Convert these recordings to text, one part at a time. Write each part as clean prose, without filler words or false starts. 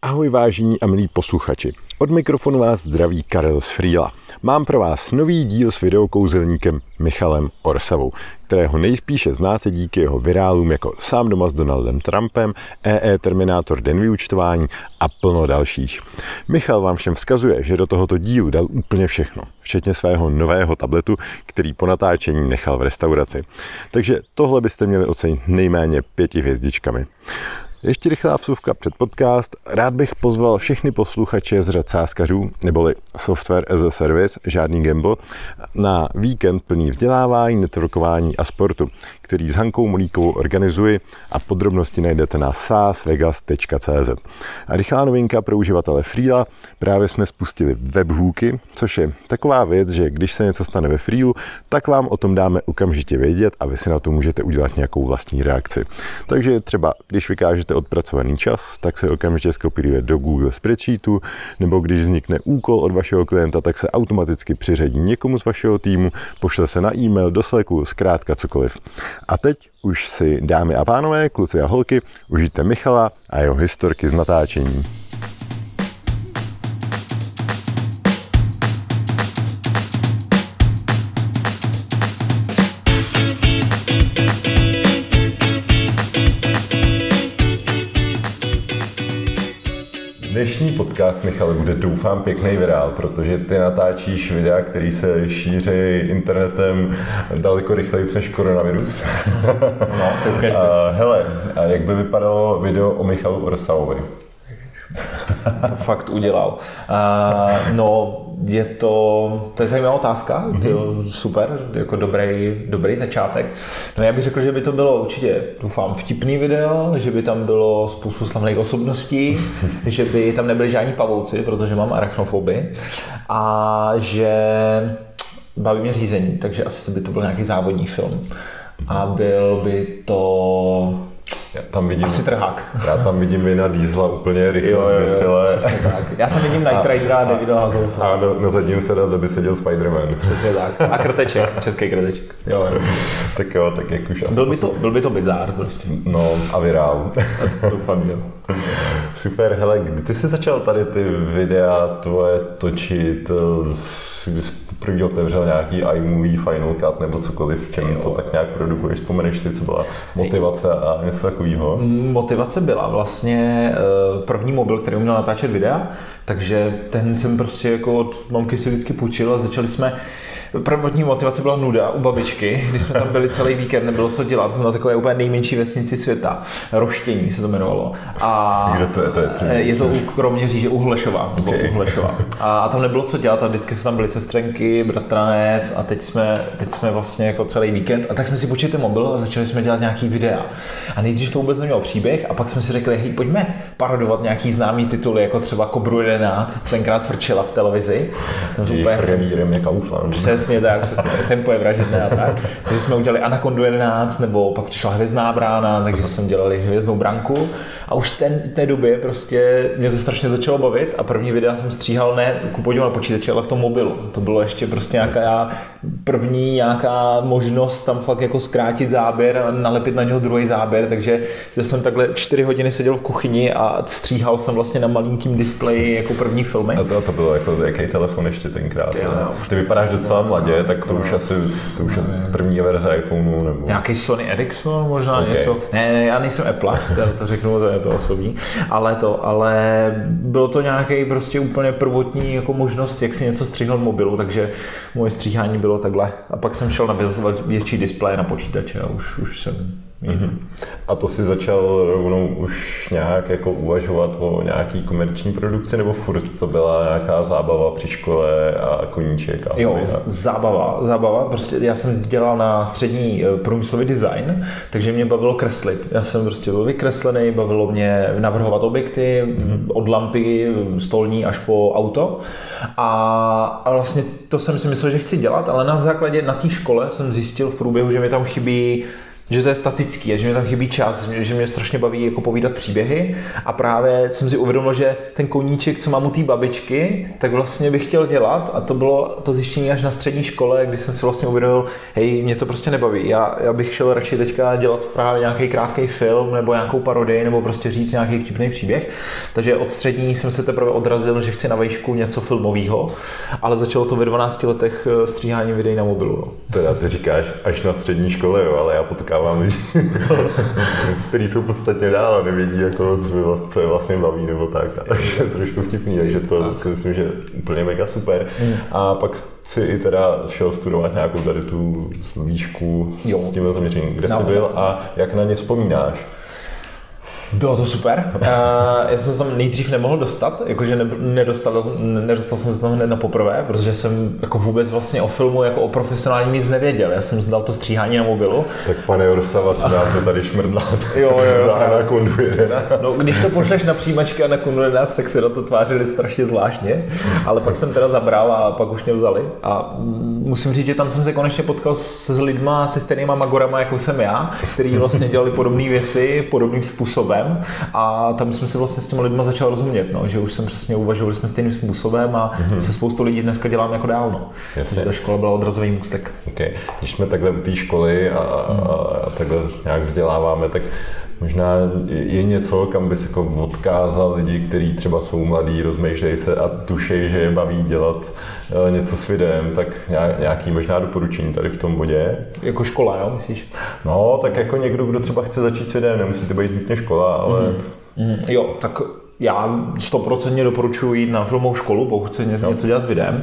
Ahoj vážení a milí posluchači. Od mikrofonu vás zdraví Karel z Frýla. Mám pro vás nový díl s videokouzelníkem Michalem Orsavou, kterého nejspíše znáte díky jeho virálům jako Sám doma s Donaldem Trumpem, Terminátor Den vyúčtování a plno dalších. Michal vám všem vzkazuje, že do tohoto dílu dal úplně všechno, včetně svého nového tabletu, který po natáčení nechal v restauraci. Takže tohle byste měli ocenit nejméně 5 hvězdičkami. Ještě rychlá vsuvka před podcast. Rád bych pozval všechny posluchače z řad sázkařů, neboli Software as a Service, žádný gamble, na víkend plný vzdělávání, networkování a sportu, který s Hankou Molíkovou organizuji a podrobnosti najdete na sázvegas.cz. A rychlá novinka pro uživatele Freela. Právě jsme spustili webhooky, což je taková věc, že když se něco stane ve Freelu, tak vám o tom dáme okamžitě vědět a vy si na to můžete udělat nějakou vlastní reakci. Takže třeba, když vykážete odpracovaný čas, tak se okamžitě skopíruje do Google Spreadsheetu, nebo když vznikne úkol od vašeho klienta, tak se automaticky přiřadí někomu z vašeho týmu, pošle se na e-mail, do Slacku, zkrátka cokoliv. A teď už si, dámy a pánové, kluci a holky, užijte Michala a jeho historky z natáčení. Dnešní podcast, Michale, bude doufám pěkný virál, protože ty natáčíš videa, který se šíří internetem daleko rychleji než koronavirus. No, to je hele, a jak by vypadalo video o Michalu Orsavovi? To fakt udělal. No, to je zajímavá otázka, super, jako dobrý začátek. No já bych řekl, že by to bylo určitě, doufám, vtipný video, že by tam bylo spoustu slavných osobností, že by tam nebyli žádní pavouci, protože mám arachnofobii, a že baví mě řízení, takže asi by to byl nějaký závodní film. A byl by to... asi trhák. Já tam vidím Vina Diesela úplně rychle zběsile. Přesně tak. Já tam vidím Knight Ridera a Davida Hasselhoffa. A na zadním sedalu by seděl Spider-Man. Přesně tak. A krteček, český krteček. Jo. Tak jo, tak jak už... Byl by to bizár prostě. No a virál. Doufám, že jo. Super, hele, kdy ty jsi začal tady ty videa tvoje točit? První otevřel nějaký iMovie, Final Cut nebo cokoliv, v čem to tak nějak produkuješ? Vzpomeneš si, co byla motivace a něco takového? Motivace byla vlastně první mobil, který uměl natáčet videa, takže ten jsem prostě jako od mamky si vždycky půjčil a začali jsme. Prvotní motivace byla nuda u babičky, když jsme tam byli celý víkend, nebylo co dělat, na takové úplně nejmenší vesnici světa. Roštění se to jmenovalo. A kde to je? Je to u Kroměříže, u Hlešova. Okay. A tam nebylo co dělat a vždycky se tam byly sestřenky, bratranec a teď jsme vlastně jako celý víkend a tak jsme si půjčili ten mobil a začali jsme dělat nějaký videa. A nejdřív to vůbec nemělo příběh a pak jsme si řekli, hej, pojďme parodovat nějaký známý tituly, jako třeba Kobru 11, tenkrát frčela v televizi. Tam revírem je Kaufland. Přesně tak, tempo je vražedné a tak. Takže jsme udělali Anakondu 11, nebo pak přišla Hvězdná brána, takže jsme dělali Hvězdnou branku. A už v té době prostě mě to strašně začalo bavit a první videa jsem stříhal ne ku podivu na počítači, ale v tom mobilu. To bylo ještě prostě nějaká možnost tam fakt jako zkrátit záběr a nalepit na něho druhý záběr, takže jsem takhle 4 hodiny seděl v kuchyni a stříhal jsem vlastně na malinkým displeji jako první filmy. A to bylo jako jaký telefon ještě tenkrát? Ty vypadáš docela mladě, tak to už je první verze iPhoneu nebo... Nějaký Sony Ericsson možná něco. Ne, já nejsem Apple, to řeknu, to je osobní, ale bylo to nějaký prostě úplně prvotní jako možnost, jak si něco střihnout mobilu, takže moje stříhání bylo takhle. A pak jsem šel na větší displeje na počítače a už jsem... Mm-hmm. A to si začal rovnou už nějak jako uvažovat o nějaký komerční produkci, nebo furt to byla nějaká zábava při škole a koníček? A jo, zábava. Prostě já jsem dělal na střední průmyslový design, takže mě bavilo kreslit. Já jsem prostě byl vykreslený, bavilo mě navrhovat objekty, od lampy stolní až po auto. A vlastně to jsem si myslel, že chci dělat, ale na té škole jsem zjistil v průběhu, že mi tam chybí že to je statický a že mi tam chybí čas, že mě strašně baví jako povídat příběhy a právě jsem si uvědomil, že ten koníček, co mám u té babičky, tak vlastně bych chtěl dělat a to bylo to zjištění až na střední škole, kdy jsem si vlastně uvědomil, hej, mě to prostě nebaví, já bych šel radši teďka dělat právě nějaký krátký film nebo nějakou parodii nebo prostě říct nějaký vtipný příběh, takže od střední jsem se teprve odrazil, že chci na vejšku něco filmového, ale začalo to ve 12 letech stříhání videí na mobilu. No. Teda ty říkáš až na střední škole, jo, ale já potkávám lidi, kteří jsou podstatně dál a nevědí, jako, co je vlastně baví nebo tak. Takže je trošku vtipný, takže to si myslím, že úplně mega super. A pak si i teda šel studovat nějakou tady tu výšku s tímhle zaměřením. Kde jsi byl a jak na ně vzpomínáš? Bylo to super. Já jsem se tam nejdřív nemohl dostat, jakože nedostal jsem se tam hned na poprvé, protože jsem jako vůbec vlastně o filmu jako o profesionálním nic nevěděl. Já jsem zdal to stříhání na mobilu. Tak pane Orsava, co nám to tady šmrdláte? Jo. Za Anacondu 11. No, když to pošleš na přijímačky Anacondu 11, tak se na to tvářili strašně zvláštně, ale pak jsem teda zabral a pak už mě vzali. A musím říct, že tam jsem se konečně potkal s lidma, se stejnýma magorama, jako jsem já, kteří vlastně dělali podobné věci podobným způsobem. A tam jsme se vlastně s těmi lidmi začali rozumět, no, že už jsem přesně uvažovali jsme stejným způsobem a se spoustu lidí dneska dělám jako dál. No. Ta škola byla odrazový můstek. Okay. Když jsme takhle u té školy a takhle nějak vzděláváme, tak možná je něco, kam bys jako odkázal lidi, kteří třeba jsou mladí, rozmýšlejí se a tušejí, že je baví dělat něco s videem, tak nějaký možná doporučení tady v tom bodě. Jako škola, jo, myslíš? No, tak jako někdo, kdo třeba chce začít s videem, nemusí to být nutně škola, ale... Jo, tak já 100% doporučuji jít na filmovou školu, pokud chce něco dělat s videem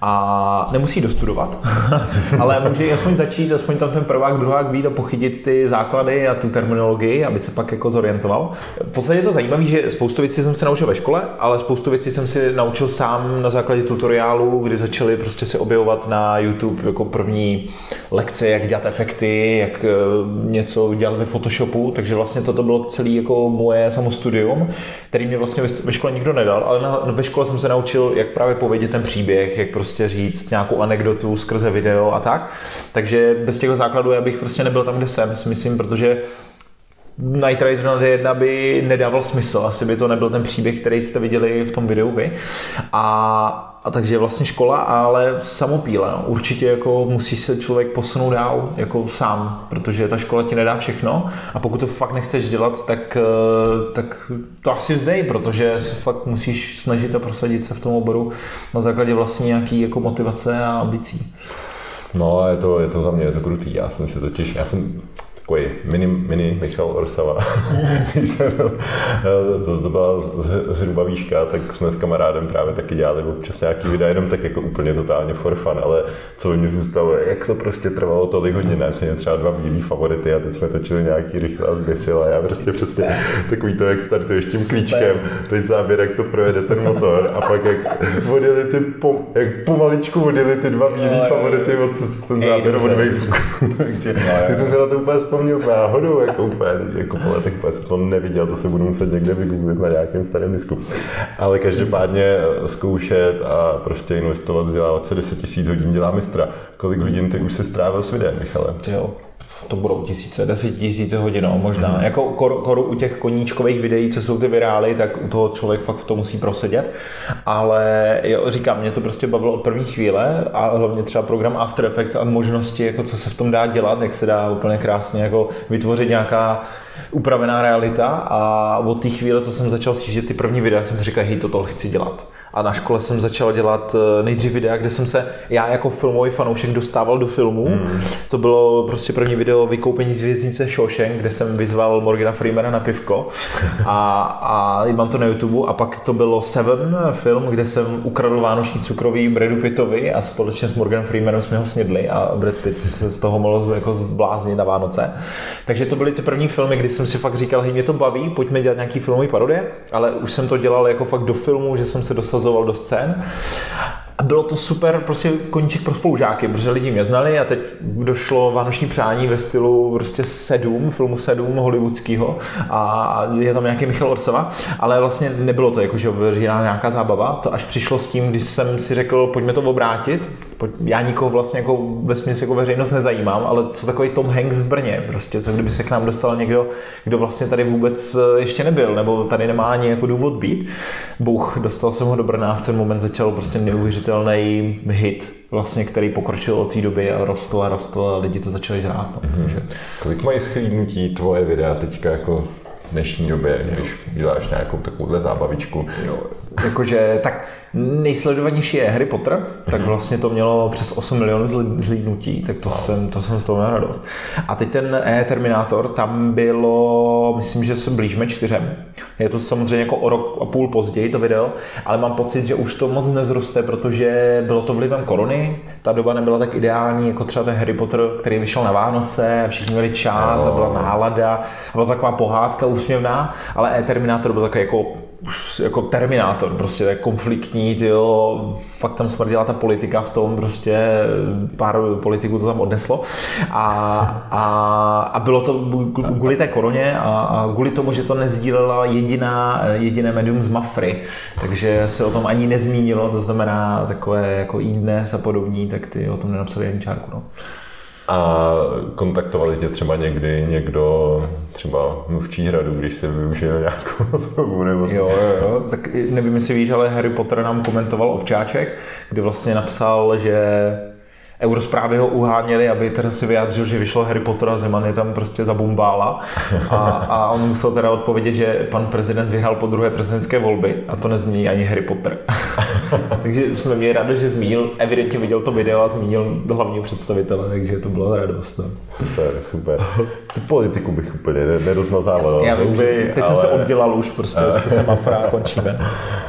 a nemusí dostudovat, ale může aspoň začít, aspoň tam ten prvák, druhák být a pochytit ty základy a tu terminologii, aby se pak jako zorientoval. V podstatě je to zajímavé, že spoustu věcí jsem se naučil ve škole, ale spoustu věcí jsem si naučil sám na základě tutoriálu, kdy začali prostě se objevovat na YouTube jako první lekce, jak dělat efekty, jak něco dělat ve Photoshopu, takže vlastně toto bylo celé jako moje samostudium, který mě vlastně ve škole nikdo nedal, ale ve škole jsem se naučil, jak právě povědět ten příběh, jak prostě říct nějakou anekdotu skrze video a tak. Takže bez těchto základů já bych prostě nebyl tam, kde jsem, myslím, protože Knight Rider na D1 by nedával smysl, asi by to nebyl ten příběh, který jste viděli v tom videu vy. A takže vlastně škola, ale samopíle. No. Určitě jako musí se člověk posunout dál jako sám, protože ta škola ti nedá všechno a pokud to fakt nechceš dělat, tak to asi vzdej, protože se fakt musíš snažit a prosadit se v tom oboru na základě vlastně nějaký jako motivace a ambicí. No a je to za mě je to krutý, já jsem takový mini Michal Orsava. To byla zhruba výška, tak jsme s kamarádem právě taky dělali občas nějaký videa, jenom tak jako úplně totálně for fun, ale co mi zůstalo, jak to prostě trvalo tolik hodin, já jsem měl třeba 2 bílý favority a teď jsme točili nějaký rychle a zběsil a já prostě přesně takový to, jak startuješ tím klíčkem, teď záběr, jak to projede ten motor a pak jak pomaličku odjeli ty 2 bílý favority od ten záběr od Wavefooku. Takže ty jsem se na to úplně vzpomněl náhodou, jako úplně, jako po letech jsem to neviděl, to se budu muset někde vygooglit na nějakém starém disku. Ale každopádně zkoušet a prostě investovat, vzdělávat se 10 000 hodin dělá mistra. Kolik hodin ty už se strávil s videem, Michale? Jo. To budou 10 000 hodin, no, možná. Jako koru u těch koníčkových videí, co jsou ty virály, tak u toho člověk fakt to musí prosedět. Ale jo, říkám, mě to prostě bavilo od první chvíle a hlavně třeba program After Effects a možnosti, jako co se v tom dá dělat, jak se dá úplně krásně jako vytvořit nějaká upravená realita a od té chvíle, co jsem začal střížet ty první videa, jsem říkal, hej, toto chci dělat. A na škole jsem začal dělat nejdřív videa, kde jsem se já jako filmový fanoušek dostával do filmů. To bylo prostě první video Vykoupení z věznice Shawshank, kde jsem vyzval Morgana Freemana na pivko a mám to na YouTube. A pak to bylo Seven film, kde jsem ukradl vánoční cukroví Bradu Pittovi a společně s Morganem Freemanem jsme ho snědli a Brad Pitt se z toho mohl jako zbláznit na Vánoce. Takže to byly ty první filmy, kdy jsem si fakt říkal, hej, mě to baví, pojďme dělat nějaký filmový parodie, ale už jsem to dělal jako fakt do filmu, že jsem se dosazoval do scén. A bylo to super prostě koníček pro spolužáky, protože lidi mě znali a teď došlo vánoční přání ve stylu prostě filmu 7 hollywoodskýho a je tam nějaký Michal Orsava, ale vlastně nebylo to jako, že veřejná nějaká zábava, to až přišlo s tím, když jsem si řekl, pojďme to obrátit, já nikoho vlastně jako vesměs jako veřejnost nezajímám, ale co takový Tom Hanks v Brně, prostě, co kdyby se k nám dostal někdo, kdo vlastně tady vůbec ještě nebyl, nebo tady nemá ani jako důvod být. Bůh, dostal jsem ho do Brna a v ten moment začal prostě neuvěřitelný hit, vlastně, který pokročil od té doby a rostl a lidi to začali žrát. No, takže. Kolik mají shlídnutí tvoje videa teďka jako v dnešní době, když děláš nějakou takovouhle zábavičku? Jo, jakože tak nejsledovanější je Harry Potter, tak vlastně to mělo přes 8 milionů zhlídnutí, tak to jsem z toho měl radost. A teď ten Terminátor, tam bylo, myslím, že se blížíme 4. Je to samozřejmě jako o rok a půl později to video, ale mám pocit, že už to moc nezroste, protože bylo to vlivem korony, ta doba nebyla tak ideální, jako třeba ten Harry Potter, který vyšel na Vánoce a všichni měli čas a byla nálada a byla taková pohádka úsměvná, ale Terminátor byl takový jako Terminátor, prostě tak konfliktní, tyjo, fakt tam smrdila ta politika v tom, prostě pár politiků to tam odneslo a bylo to kvůli té koroně a kvůli tomu, že to nezdílela jediné médium z Mafry, takže se o tom ani nezmínilo, to znamená takové jako iDnes a podobní, tak ty o tom nenapsali ani čárku, no. A kontaktovali tě třeba někdy někdo, třeba mluvčí Hradu, když se využil nějakou osobu nebo... Jo, tak nevím, jestli víš, ale Harry Potter nám komentoval Ovčáček, kdy vlastně napsal, že Eurozprávy ho uháněli, aby teda si vyjádřil, že vyšlo Harry Potter a Zeman je tam prostě zabumbála a on musel teda odpovědět, že pan prezident vyhrál po druhé prezidentské volby a to nezmíní ani Harry Potter. Takže jsme měli radost, že zmínil, evidentně viděl to video a zmínil hlavního představitele, takže to byla radost. No. Super. Tu politiku bych úplně nerozmazával. Já vím, teď jsem se oddělal už, prostě řekl jsem Mafra a končíme.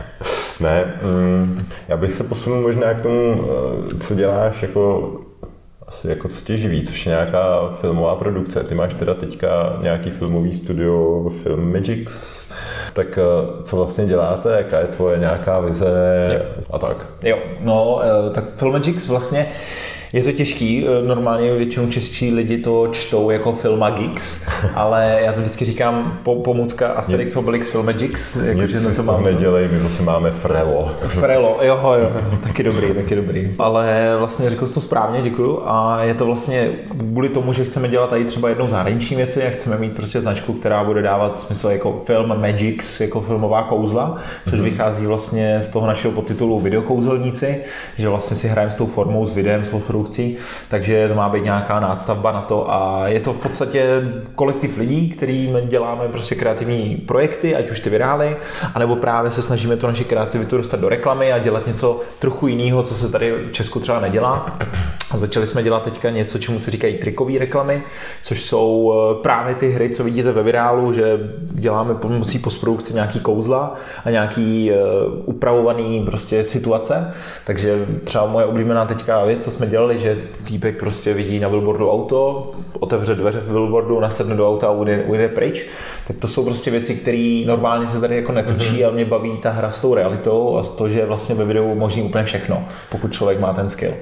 Ne, já bych se posunul možná k tomu, co děláš jako, asi jako co tě živí, což je nějaká filmová produkce. Ty máš teda teďka nějaký filmový studio Film Magics, tak co vlastně děláte, jaká je tvoje nějaká vize a tak? Jo, no, tak Film Magics vlastně je to těžký, normálně většinou čeští lidi to čtou jako Filmagix, ale já to vždycky říkám pomůcka Asterix Obelix Filmagix. Nic si z toho nedělej, my zase máme Frelo. Frelo, jo, taky dobrý. Ale vlastně řekl jsi to správně, děkuju. A je to vlastně kvůli tomu, že chceme dělat tady třeba jednou zahraniční věci a chceme mít prostě značku, která bude dávat smysl jako Film Magics, jako filmová kouzla, což vychází vlastně z toho našeho podtitulu Videokouzelníci, že vlastně si hrajeme s tou formou, s videem, s produkcí, takže to má být nějaká nástavba na to a je to v podstatě kolektiv lidí, kterým děláme prostě kreativní projekty, ať už ty virály, anebo právě se snažíme tu naši kreativitu dostat do reklamy a dělat něco trochu jiného, co se tady v Česku třeba nedělá. A začali jsme dělat teďka něco, čemu se říkají trikové reklamy, což jsou právě ty hry, co vidíte ve virálu, že děláme pomocí postprodukce nějaký kouzla a nějaký upravovaný prostě situace. Takže třeba moje oblíbená teďka věc, co jsme dělali, že týpek prostě vidí na billboardu auto, otevře dveře v billboardu, nasedne do auta a ujde pryč. Tak to jsou prostě věci, které normálně se tady jako netočí a mě baví ta hra s tou realitou a to, že vlastně ve videu možný úplně všechno, pokud člověk má ten skill.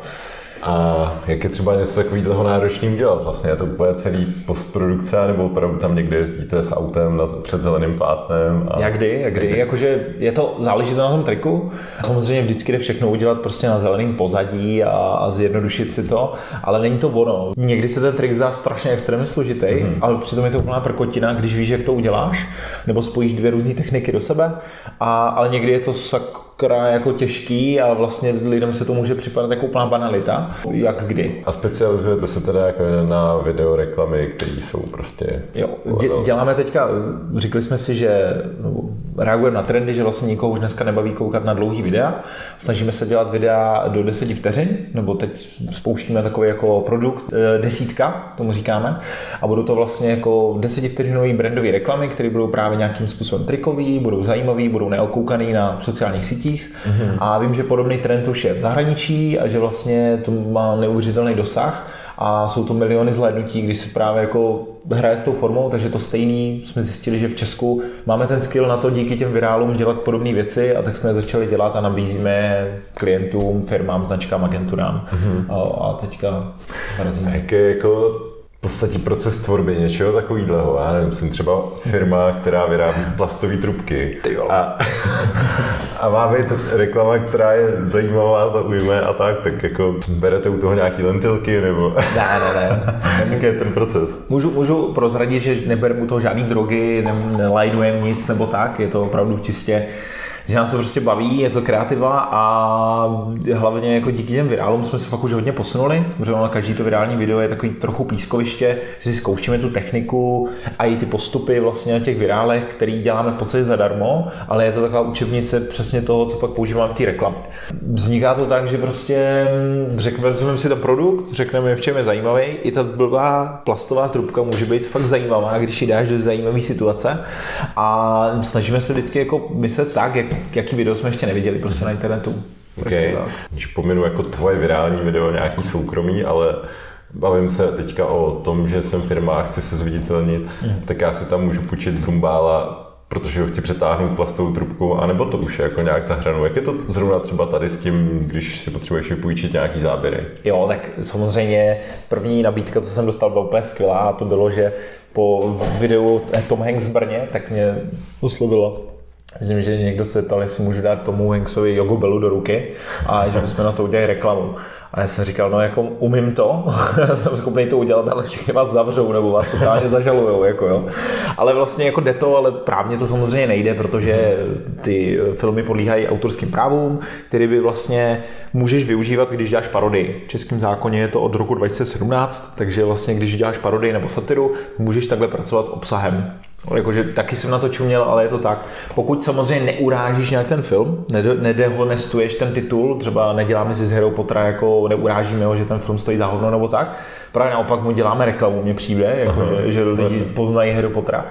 A jak je třeba něco takového náročným dělat? Vlastně je to úplně celý postprodukce, nebo opravdu tam někde jezdíte s autem před zeleným plátnem? Jak kdy. Jakože je to, záleží to na tom triku. Samozřejmě vždycky jde všechno udělat prostě na zeleném pozadí a zjednodušit si to, ale není to ono. Někdy se ten trik zdá strašně extrémně složitý, ale přitom je to úplná prkotina, když víš, jak to uděláš, nebo spojíš dvě různé techniky do sebe, ale někdy je to jako těžký a vlastně lidem se to může připadat jako úplná banalita. Jak kdy. A specializujete se teda jako na videoreklamy, které jsou prostě... Jo, děláme teďka, řekli jsme si, že reagujeme na trendy, že vlastně nikoho už dneska nebaví koukat na dlouhý videa. Snažíme se dělat videa do 10 vteřin, nebo teď spouštíme takový jako produkt 10, tomu říkáme. A budou to vlastně jako 10 vteřinový brandový reklamy, které budou právě nějakým způsobem trikový, budou zajímavý, budou neokoukaný na sociálních sítích. A vím, že podobný trend už je v zahraničí a že vlastně to má neuvěřitelný dosah a jsou to miliony zhlédnutí, když se právě jako hraje s tou formou, takže to stejný jsme zjistili, že v Česku máme ten skill na to díky těm virálům dělat podobné věci a tak jsme je začali dělat a nabízíme klientům, firmám, značkám, agenturám a teďka razíme. Jak je jako v podstatě proces tvorby něčeho takovýhleho, já nevím, jsem třeba firma, která vyrábí plastové trubky a má být reklama, která je zajímavá, zaujme a tak jako berete u toho nějaký lentilky nebo... Ne. Jaký je ten proces? Můžu prozradit, že nebereme u toho žádný drogy, nelajnujeme nic nebo tak, je to opravdu čistě, že nás to prostě baví, je to kreativa a hlavně jako díky těm virálům jsme se fakt už hodně posunuli, protože na každý to virální video je takový trochu pískoviště, že si zkoušíme tu techniku a i ty postupy vlastně na těch virálech, který děláme v podstatě zadarmo, ale je to taková učebnice přesně toho, co pak používáme v té reklamě. Vzniká to tak, že prostě vezmeme si ten produkt, řekneme, v čem je zajímavý, i ta blbá plastová trubka může být fakt zajímavá, když ji dáš do zajímavé situace a snažíme se vždycky jako myslet tak, jaký video jsme ještě neviděli prostě na internetu. Okay. Když pominu jako tvoje virální video, nějaký soukromý, ale bavím se teďka o tom, že jsem firma a chci se zviditelnit, tak já si tam můžu půjčit gumbála, protože ho chci přetáhnout plastovou trubkou, anebo to už je jako nějak zahranou. Jak je to zrovna třeba tady s tím, když si potřebuješ vypůjčit nějaký záběry? Jo, tak samozřejmě první nabídka, co jsem dostal, byla úplně skvělá a to bylo, že po videu Tom Hanks v Brně, tak mě oslovilo. Myslím, že někdo se ptal, jestli můžu dát Tomu Hanksovi jogobelu do ruky a že bychom na to udělali reklamu. A já jsem říkal, no jako umím to, jsem schopný to udělat, ale všichni vás zavřou nebo vás totálně zažalujou, jako jo. Ale vlastně jako jde to, ale právně to samozřejmě nejde, protože ty filmy podléhají autorským právům, který by vlastně můžeš využívat, když děláš parodii. V českém zákoně je to od roku 2017, takže vlastně když děláš parodii nebo satiru, můžeš takhle pracovat s obsahem. Jakože taky jsem na to čuměl, ale je to tak. Pokud samozřejmě neurážíš nějak ten film, nedehonestuješ ten titul, třeba neděláme si z Harry Pottera, jako neurážíme ho, že ten film stojí za hovno nebo tak, právě naopak mu děláme reklamu, mně přijde, jako že lidi poznají Harry Pottera.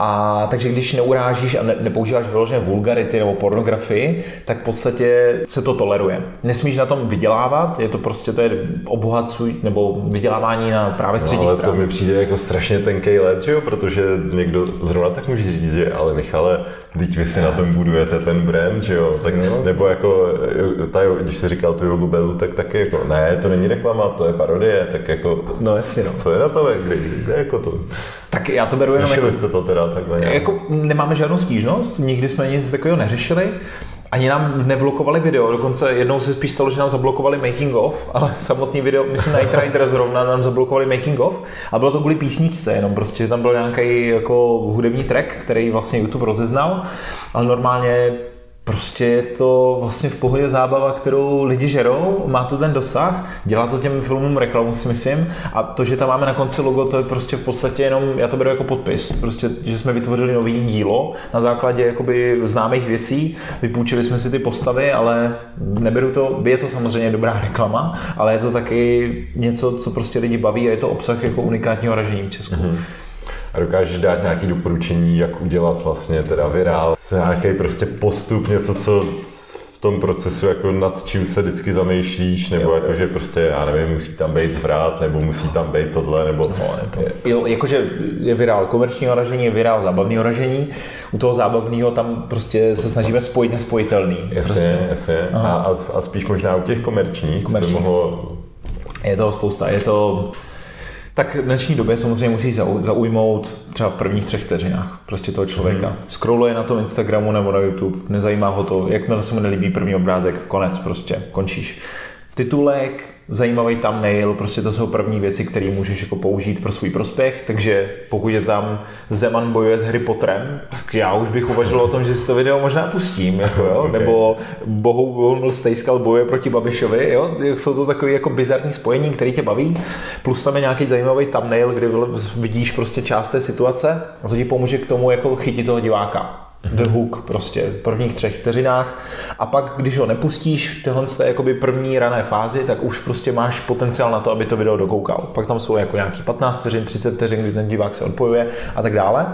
A takže když neurážíš a nepoužíváš vyloženě vulgarity nebo pornografii, tak v podstatě se to toleruje. Nesmíš na tom vydělávat, je to prostě to je obohacuj nebo vydělávání na právech třetích stran. Ale to mi přijde jako strašně tenkej let, že jo, protože někdo zrovna tak může říct, že ale Michale, teď vy si na tom budujete ten brand, že jo, tak nebo jako, když jsi říkal tu jogobelu, tak taky jako, ne, to není reklama, to je parodie, tak jako, no jasně, no. Co je na to, kde jako to? Tak já to beru jenom jako, jste to teda takhle nějak? Jako nemáme žádnou stížnost, nikdy jsme nic takového neřešili. Ani nám neblokovali video, dokonce jednou se spíš stalo, že nám zablokovali making of, ale samotný video, myslím Night Rider zrovna nám zablokovali making of a bylo to kvůli písničce, jenom prostě tam byl nějaký jako hudební track, který vlastně YouTube rozeznal, ale normálně prostě je to vlastně v pohodě zábava, kterou lidi žerou, má to ten dosah, dělá to těm filmům reklamu, si myslím, a to, že tam máme na konci logo, to je prostě v podstatě jenom, já to beru jako podpis, prostě, že jsme vytvořili nový dílo na základě jakoby známých věcí, vypůjčili jsme si ty postavy, ale neberu to, je to samozřejmě dobrá reklama, ale je to taky něco, co prostě lidi baví a je to obsah jako unikátního ražení v Česku. A dokážeš dát nějaké doporučení, jak udělat vlastně teda virál, nějaký prostě postup, něco, co v tom procesu, jako nad čím se vždycky zamýšlíš, nebo jako, že prostě, já nevím, musí tam být zvrat, nebo musí tam být tohle, nebo... Jo, jakože je virál komerčního ražení, je virál zábavného ražení, u toho zábavného tam prostě se snažíme spojit nespojitelný. Jasně. A spíš možná u těch komerčních. To by mohlo... Je toho spousta, je to... Tak v dnešní době samozřejmě musí zaujmout třeba v prvních 3 vteřinách prostě toho člověka. Scrolluje na tom Instagramu nebo na YouTube, nezajímá ho to, jakmile se mu nelíbí první obrázek, konec prostě, končíš. Titulek, zajímavý thumbnail, prostě to jsou první věci, které můžeš jako použít pro svůj prospěch, takže pokud je tam Zeman bojuje s Harry Potterem, tak já už bych uvažoval o tom, že si to video možná pustím, jako jo, okay. Nebo Bohumil Stejskal bojuje proti Babišovi, jo, jsou to takové jako bizarní spojení, které tě baví, plus tam je nějaký zajímavý thumbnail, kde vidíš prostě část té situace a to ti pomůže k tomu jako chytit toho diváka. The hook prostě v prvních 3 vteřinách a pak, když ho nepustíš v téhle jakoby první rané fázi, tak už prostě máš potenciál na to, aby to video dokoukal. Pak tam jsou jako nějaký 15 vteřin, 30 vteřin, kdy ten divák se odpojuje a tak dále.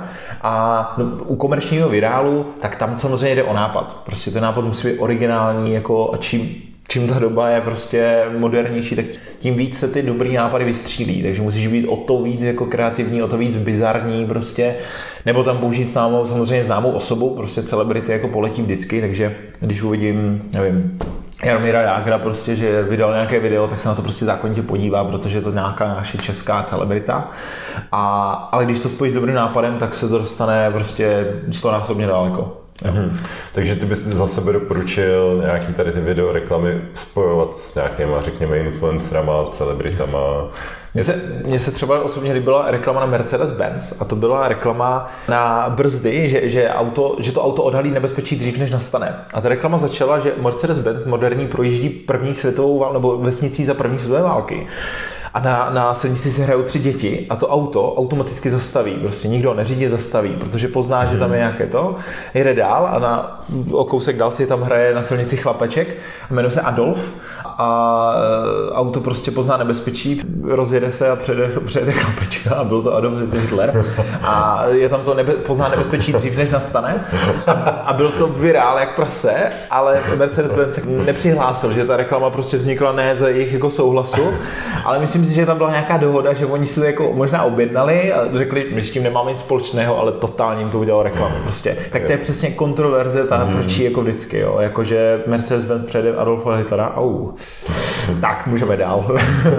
A u komerčního virálu, tak tam samozřejmě jde o nápad. Prostě ten nápad musí být originální jako a čím čím ta doba je prostě modernější, tak tím víc se ty dobrý nápady vystřílí, takže musíš být o to víc jako kreativní, o to víc bizarní prostě, nebo tam použít samozřejmě známou osobu, prostě celebrity jako poletí vždycky, takže když uvidím, nevím, Jaromíra Jágra prostě, že vydal nějaké video, tak se na to prostě zákonitě podívá, protože je to nějaká naše česká celebrita. Ale když to spojí s dobrým nápadem, tak se to dostane prostě 100násobně daleko. Takže ty bys za sebe doporučil nějaký tady ty video reklamy spojovat s nějakýma, řekněme, influencerama, celebritama? Mně se třeba osobně líbila reklama na Mercedes-Benz a to byla reklama na brzdy, že to auto odhalí nebezpečí dřív, než nastane. A ta reklama začala, že Mercedes-Benz moderní projíždí první světovou válku, nebo vesnicí za první světové války. A na silnici se hrajou 3 děti a to auto automaticky zastaví. Prostě nikdo neřídí, zastaví, protože pozná, že tam je nějaké to. Jede dál a o kousek dál si tam hraje na silnici chlapeček, jmenuje se Adolf a auto prostě pozná nebezpečí, rozjede se a přejede chlapečka a byl to Adolf Hitler. A je tam to pozná nebezpečí dřív, než nastane. A byl to virál jak prase, ale Mercedes-Benz se nepřihlásil, že ta reklama prostě vznikla ne za jejich jako souhlasu, ale myslím si, že tam byla nějaká dohoda, že oni si to jako možná objednali a řekli, my s tím nemáme nic společného, ale totálně jim to udělalo reklamu prostě. Tak to je přesně kontroverze, ta tvrdší jako vždycky, jo, jakože Mercedes-Benz přejede Adolfa Hitlera, tak můžeme dál.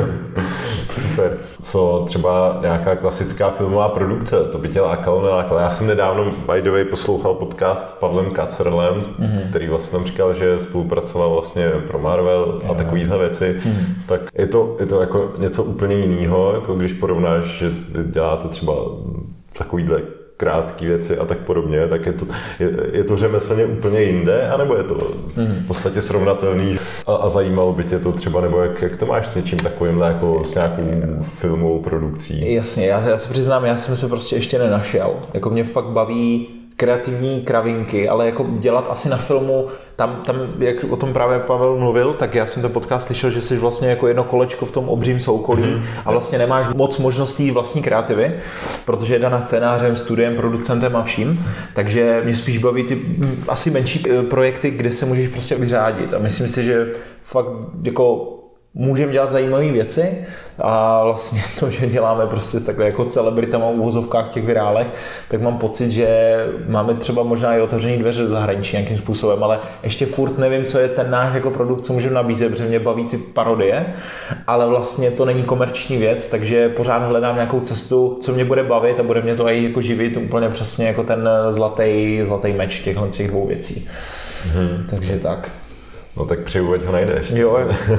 Super. Co třeba nějaká klasická filmová produkce, to by tě lákalo, nelákalo. Já jsem nedávno by the way poslouchal podcast s Pavlem Kacerlem, který vlastně tam říkal, že spolupracoval vlastně pro Marvel a takovýhle věci. Tak je to jako něco úplně jiného, jako když porovnáš, že děláte třeba takovýhle krátké věci a tak podobně, tak je to řemeslně úplně jinde, anebo je to v podstatě srovnatelný a zajímalo by tě to třeba, nebo jak to máš s něčím takovýmhle, jako s nějakou filmovou produkcí? Jasně, já se přiznám, já jsem se prostě ještě nenašel. Jako mě fakt baví kreativní kravinky, ale jako dělat asi na filmu, tam jak o tom právě Pavel mluvil, tak já jsem ten podcast slyšel, že jsi vlastně jako jedno kolečko v tom obřím soukolí a vlastně nemáš moc možností vlastní kreativy, protože je daná scénářem, studiem, producentem a vším, takže mě spíš baví ty asi menší projekty, kde se můžeš prostě vyřádit a myslím si, že fakt jako můžeme dělat zajímavé věci a vlastně to, že děláme prostě takhle jako celebritama v uvozovkách v těch virálech, tak mám pocit, že máme třeba možná i otevřený dveře do zahraničí nějakým způsobem, ale ještě furt nevím, co je ten náš jako produkt, co můžeme nabízet, protože mě baví ty parodie, ale vlastně to není komerční věc, takže pořád hledám nějakou cestu, co mě bude bavit a bude mě to i jako živit úplně přesně jako ten zlatý meč těch dvou věcí. Takže tak. No tak přeju, ať ho najdeš. Jo.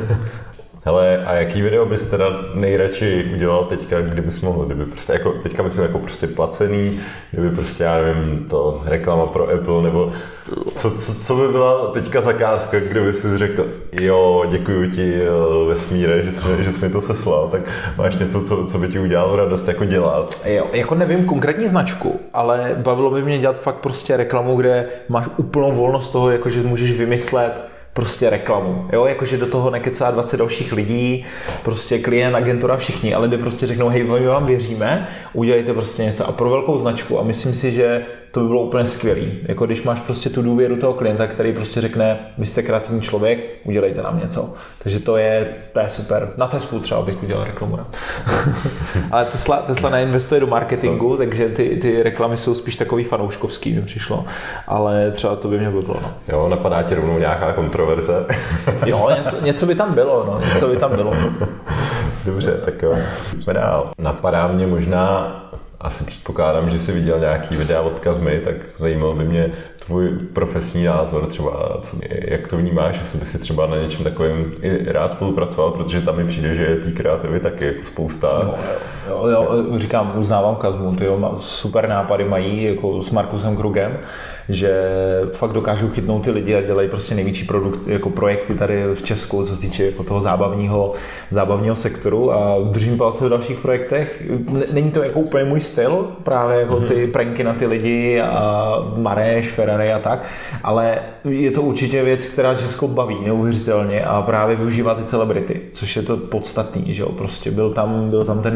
Hele, a jaký video bys teda nejradši udělal teďka, kdybys mohl, kdyby prostě jako, teďka myslím jako prostě placený, kdyby prostě, já nevím, to reklama pro Apple, nebo co by byla teďka zakázka, kdyby si řekl, jo, děkuju ti vesmíre, že jsi mi to seslal, tak máš něco, co by ti udělalo radost jako dělat? Jo, jako nevím konkrétní značku, ale bavilo by mě dělat fakt prostě reklamu, kde máš úplnou volnost toho, jako že můžeš vymyslet prostě reklamu, jo, jakože do toho nekecá 20 dalších lidí, prostě klient, agentura, všichni, ale kde prostě řeknou, hej, my vám věříme, udělejte prostě něco a pro velkou značku a myslím si, že to by bylo úplně skvělý, jako když máš prostě tu důvěru toho klienta, který prostě řekne, vy jste kreativní člověk, udělejte nám něco, takže to je super, na Teslu třeba bych udělal reklamu. Ale Tesla neinvestuje do marketingu, takže ty reklamy jsou spíš takový fanouškovský, mi přišlo, ale třeba to by mě bylo, no. Jo, napadá tě rovnou nějaká kontroverze? Jo, něco by tam bylo, no, něco by tam bylo. Dobře, tak jo. Pojďme dál. Napadá mě možná, asi předpokládám, že jsi viděl nějaký videa od Kazmy, tak zajímal by mě tvůj profesní názor, třeba jak to vnímáš, jestli by si třeba na něčem takovém i rád spolupracoval, protože tam mi přijde, že té kreativy taky jako spousta. Jo, říkám, uznávám Kazmu, super nápady mají, jako s Markusem Krugem, že fakt dokážou chytnout ty lidi a dělají prostě největší jako projekty tady v Česku, co se týče jako toho zábavního sektoru a držím palce v dalších projektech. Není to jako úplně můj styl, právě jako ty pranky na ty lidi a Mareš, Ferrari a tak, ale je to určitě věc, která Česko baví neuvěřitelně a právě využívá ty celebrity, což je to podstatný, že jo, prostě byl tam ten Mareš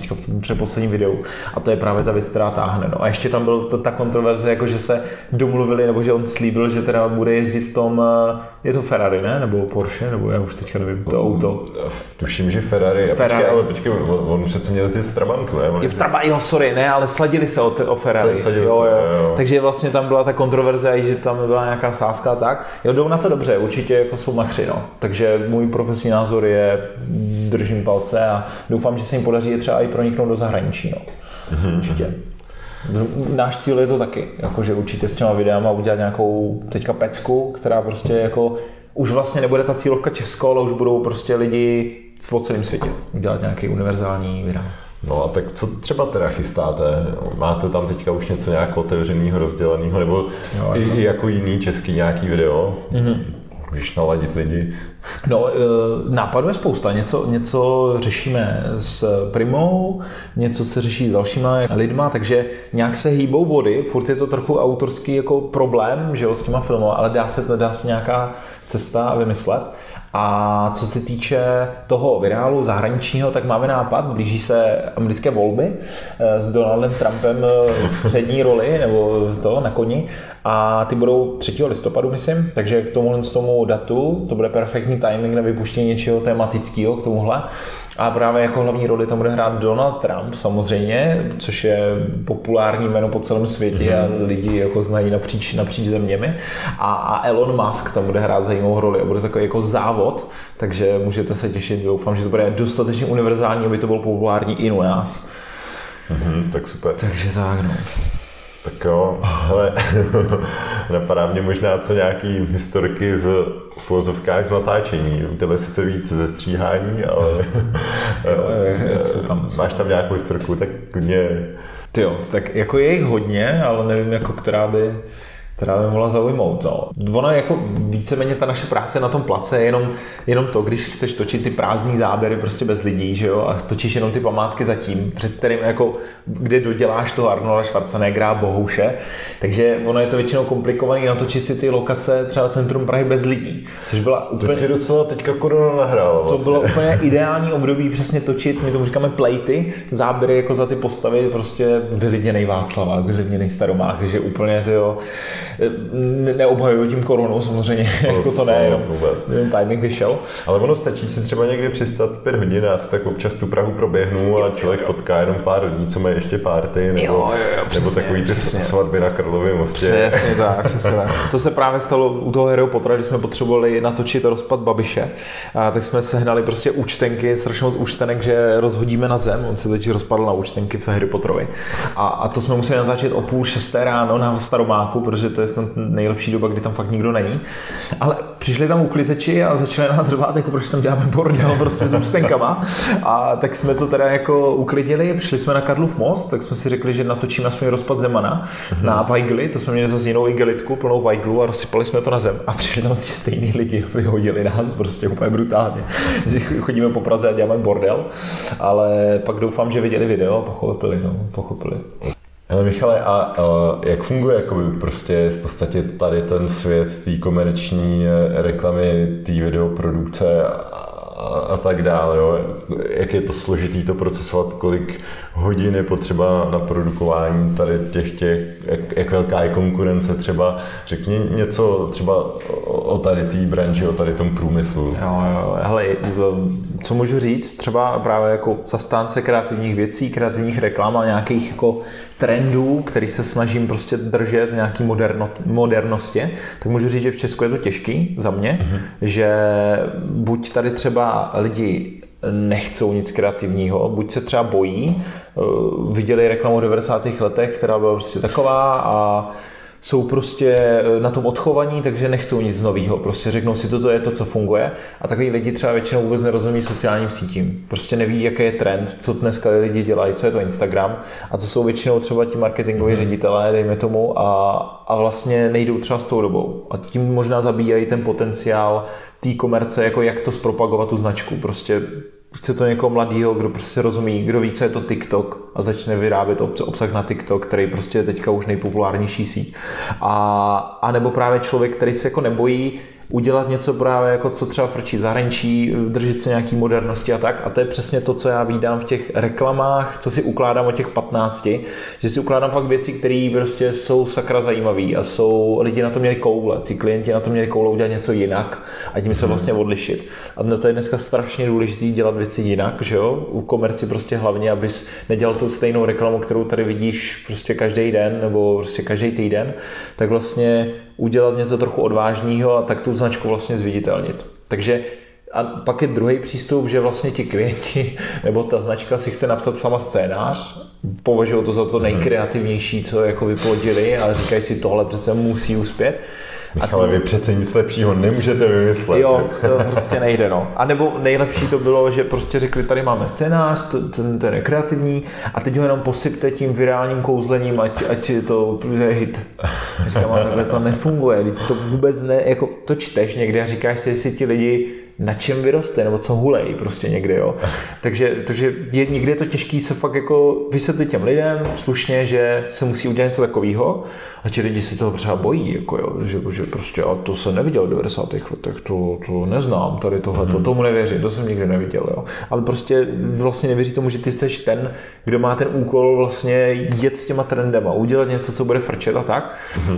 teďka v předposledním videu. A to je právě ta věc, která táhne. No. A ještě tam byla ta kontroverze, jako že se domluvili, nebo že on slíbil, že teda bude jezdit v tom, je to Ferrari, ne? Nebo Porsche, nebo já už teďka nevím, to auto. Tuším, že Ferrari. Počkej, on přece měl ty v Trabantu, ne? Je v Trabantu, jo, sorry, ne, ale sladili se o Ferrari. Jo. Takže vlastně tam byla ta kontroverze, že tam byla nějaká sázka a tak. Jo, jdou na to dobře, určitě jako jsou machři, no. Takže můj profesní názor je, držím palce a doufám, že se jim podaří je třeba i proniknout do zahraničí, no. Určitě. Náš cíl je to taky, jakože určitě s těma videama udělat nějakou teďka pecku, která prostě jako už vlastně nebude ta cílovka Česko, ale už budou prostě lidi po celém světě udělat nějaký univerzální video. No a tak co třeba teda chystáte? Máte tam teďka už něco nějak otevřenýho, rozděleného, nebo i jako jiný český nějaký video? Můžeš naladit lidi? No, nápadů je spousta. Něco řešíme s Primou, něco se řeší s dalšíma lidma, takže nějak se hýbou vody. Furt je to trochu autorský jako problém, že jo, s těma filmama, ale dá se nějaká cesta vymyslet. A co se týče toho virálu zahraničního, tak máme nápad, blíží se americké volby s Donaldem Trumpem v přední roli, nebo to na koni, a ty budou 3. listopadu, myslím, takže k tomu datu to bude perfektní timing na vypuštění něčeho tematického k tomuhle. A právě jako hlavní roli tam bude hrát Donald Trump samozřejmě, což je populární jméno po celém světě a lidi jako znají napříč zeměmi. A Elon Musk tam bude hrát zajímavou roli a bude takový jako závod, takže můžete se těšit, doufám, že to bude dostatečně univerzální, aby to bylo populární i u nás. Tak super. Takže tak, no. Tak jo, hele, napadá mě možná co nějaký historky v uvozovkách z natáčení. U tebe sice víc ze stříhání, ale máš tam nějakou historku, tak klidně. Jo, tak jako je jich hodně, ale nevím, jako která by mohla zaujmout. No. Ono jako víceméně ta naše práce na tom place je jenom to, když chceš točit ty prázdný záběry prostě bez lidí, že jo, a točíš jenom ty památky zatím, před kterým jako, kde doděláš toho Arnolda Schwarzeneggera, Bohouše, takže ono je to většinou komplikované natočit si ty lokace třeba centrum Prahy bez lidí, což byla úplně... To je docela teďka korona nahrála. To bylo úplně ideální období přesně točit, my tomu říkáme plejty, záběry jako za ty postavy, prostě vylidněnej Václavák, vylidněnej Staromák, takže úplně to jo, neobhajuju tím koronou samozřejmě, jako to ne, jenom timing vyšel. Ale ono stačí si třeba někdy přistat 5 hodin, já tak občas tu Prahu proběhnu a člověk potká jenom pár lidí, co mají ještě party, nebo takový ty svatby na Karlově mostě. Přesně tak. To se právě stalo u toho Harryho Pottera, když jsme potřebovali natočit rozpad Babiše, tak jsme sehnali prostě účtenky, strašně moc účtenek, že rozhodíme na zem, on se teď rozpadl na účtenky v Harry Potterovi. A to jsme museli natáčet o 5:30 ráno na Staromáku, protože to je snad nejlepší doba, kdy tam fakt nikdo není. Ale přišli tam uklizeči a začali nás řvát, jako proč tam děláme bordel prostě s účtenkama. A tak jsme to teda jako uklidili, přišli jsme na Karlův most, tak jsme si řekli, že natočíme aspoň rozpad Zemana na Weigly, to jsme měli zase jinou igelitku plnou Weiglu a rozsypali jsme to na zem. A přišli tam stejný lidi, vyhodili nás prostě úplně brutálně. Chodíme po Praze a děláme bordel, ale pak doufám, že viděli video a pochopili. Ale Michale, a jak funguje jakoby prostě v podstatě tady ten svět té komerční reklamy, té videoprodukce a tak dále, jo? Jak je to složitý to procesovat, kolik hodin je potřeba na produkování tady těch jak velká je konkurence třeba, řekni něco třeba o tady té branži, o tady tom průmyslu. Jo, hele, co můžu říct, třeba právě jako zastánce kreativních věcí, kreativních reklam a nějakých jako trendů, který se snažím prostě držet nějaký modernosti, tak můžu říct, že v Česku je to těžký za mě, že buď tady třeba lidi nechcou nic kreativního, buď se třeba bojí, viděli reklamu v 90. letech, která byla prostě taková a jsou prostě na tom odchovaní, takže nechcou nic nového. Prostě řeknou si, toto je to, co funguje. A takový lidi třeba většinou vůbec nerozumí sociálním sítím. Prostě neví, jaký je trend, co dneska lidi dělají, co je to Instagram. A to jsou většinou třeba ti marketingoví ředitelé, dejme tomu, a vlastně nejdou třeba s tou dobou. A tím možná zabíjají ten potenciál té komerce, jako jak to zpropagovat tu značku. Prostě chce to někoho mladýho, kdo prostě rozumí, kdo ví, co je to TikTok, a začne vyrábět obsah na TikTok, který prostě je teďka už nejpopulárnější síť. A nebo právě člověk, který se jako nebojí udělat něco právě jako co třeba frčí v zahraničí, držet se nějaký modernosti a tak. A to je přesně to, co já vídám v těch reklamách, co si ukládám od těch 15, že si ukládám fakt věci, které prostě jsou sakra zajímavé a lidi na to měli koule, ty klienti na to měli koule udělat něco jinak a tím se vlastně odlišit. A to je dneska strašně důležité dělat věci jinak, že jo? U komerci prostě hlavně, abys nedělal tu stejnou reklamu, kterou tady vidíš prostě každý den nebo prostě každý týden, tak vlastně udělat něco trochu odvážného a tak tu značku vlastně zviditelnit. Takže a pak je druhý přístup, že vlastně ti klienti nebo ta značka si chce napsat sama scénář, považují to za to nejkreativnější, co jako vyplodili, ale říkají si, tohle přece musí uspět. Ale vy přece nic lepšího nemůžete vymyslet. Jo, to prostě nejde, no. A nebo nejlepší to bylo, že prostě řekli, tady máme scénář, to je nekreativní a teď ho jenom posypte tím virálním kouzlením, ať to je hit. Říkám, ale to nefunguje, to vůbec ne, jako to čteš někde a říkáš si, jestli ti lidi na čem vyroste, nebo co hulej prostě někde, jo. Takže někdy je to těžký se fakt jako vysvětlit těm lidem slušně, že se musí udělat něco takového a ti lidi si toho třeba bojí, jako jo, že prostě a to jsem neviděl v 90. letech, to neznám, tady tohle, tomu nevěřím, to jsem nikdy neviděl, jo. Ale prostě vlastně nevěří tomu, že ty jsi ten, kdo má ten úkol vlastně jet s těma trendama, udělat něco, co bude frčet a tak.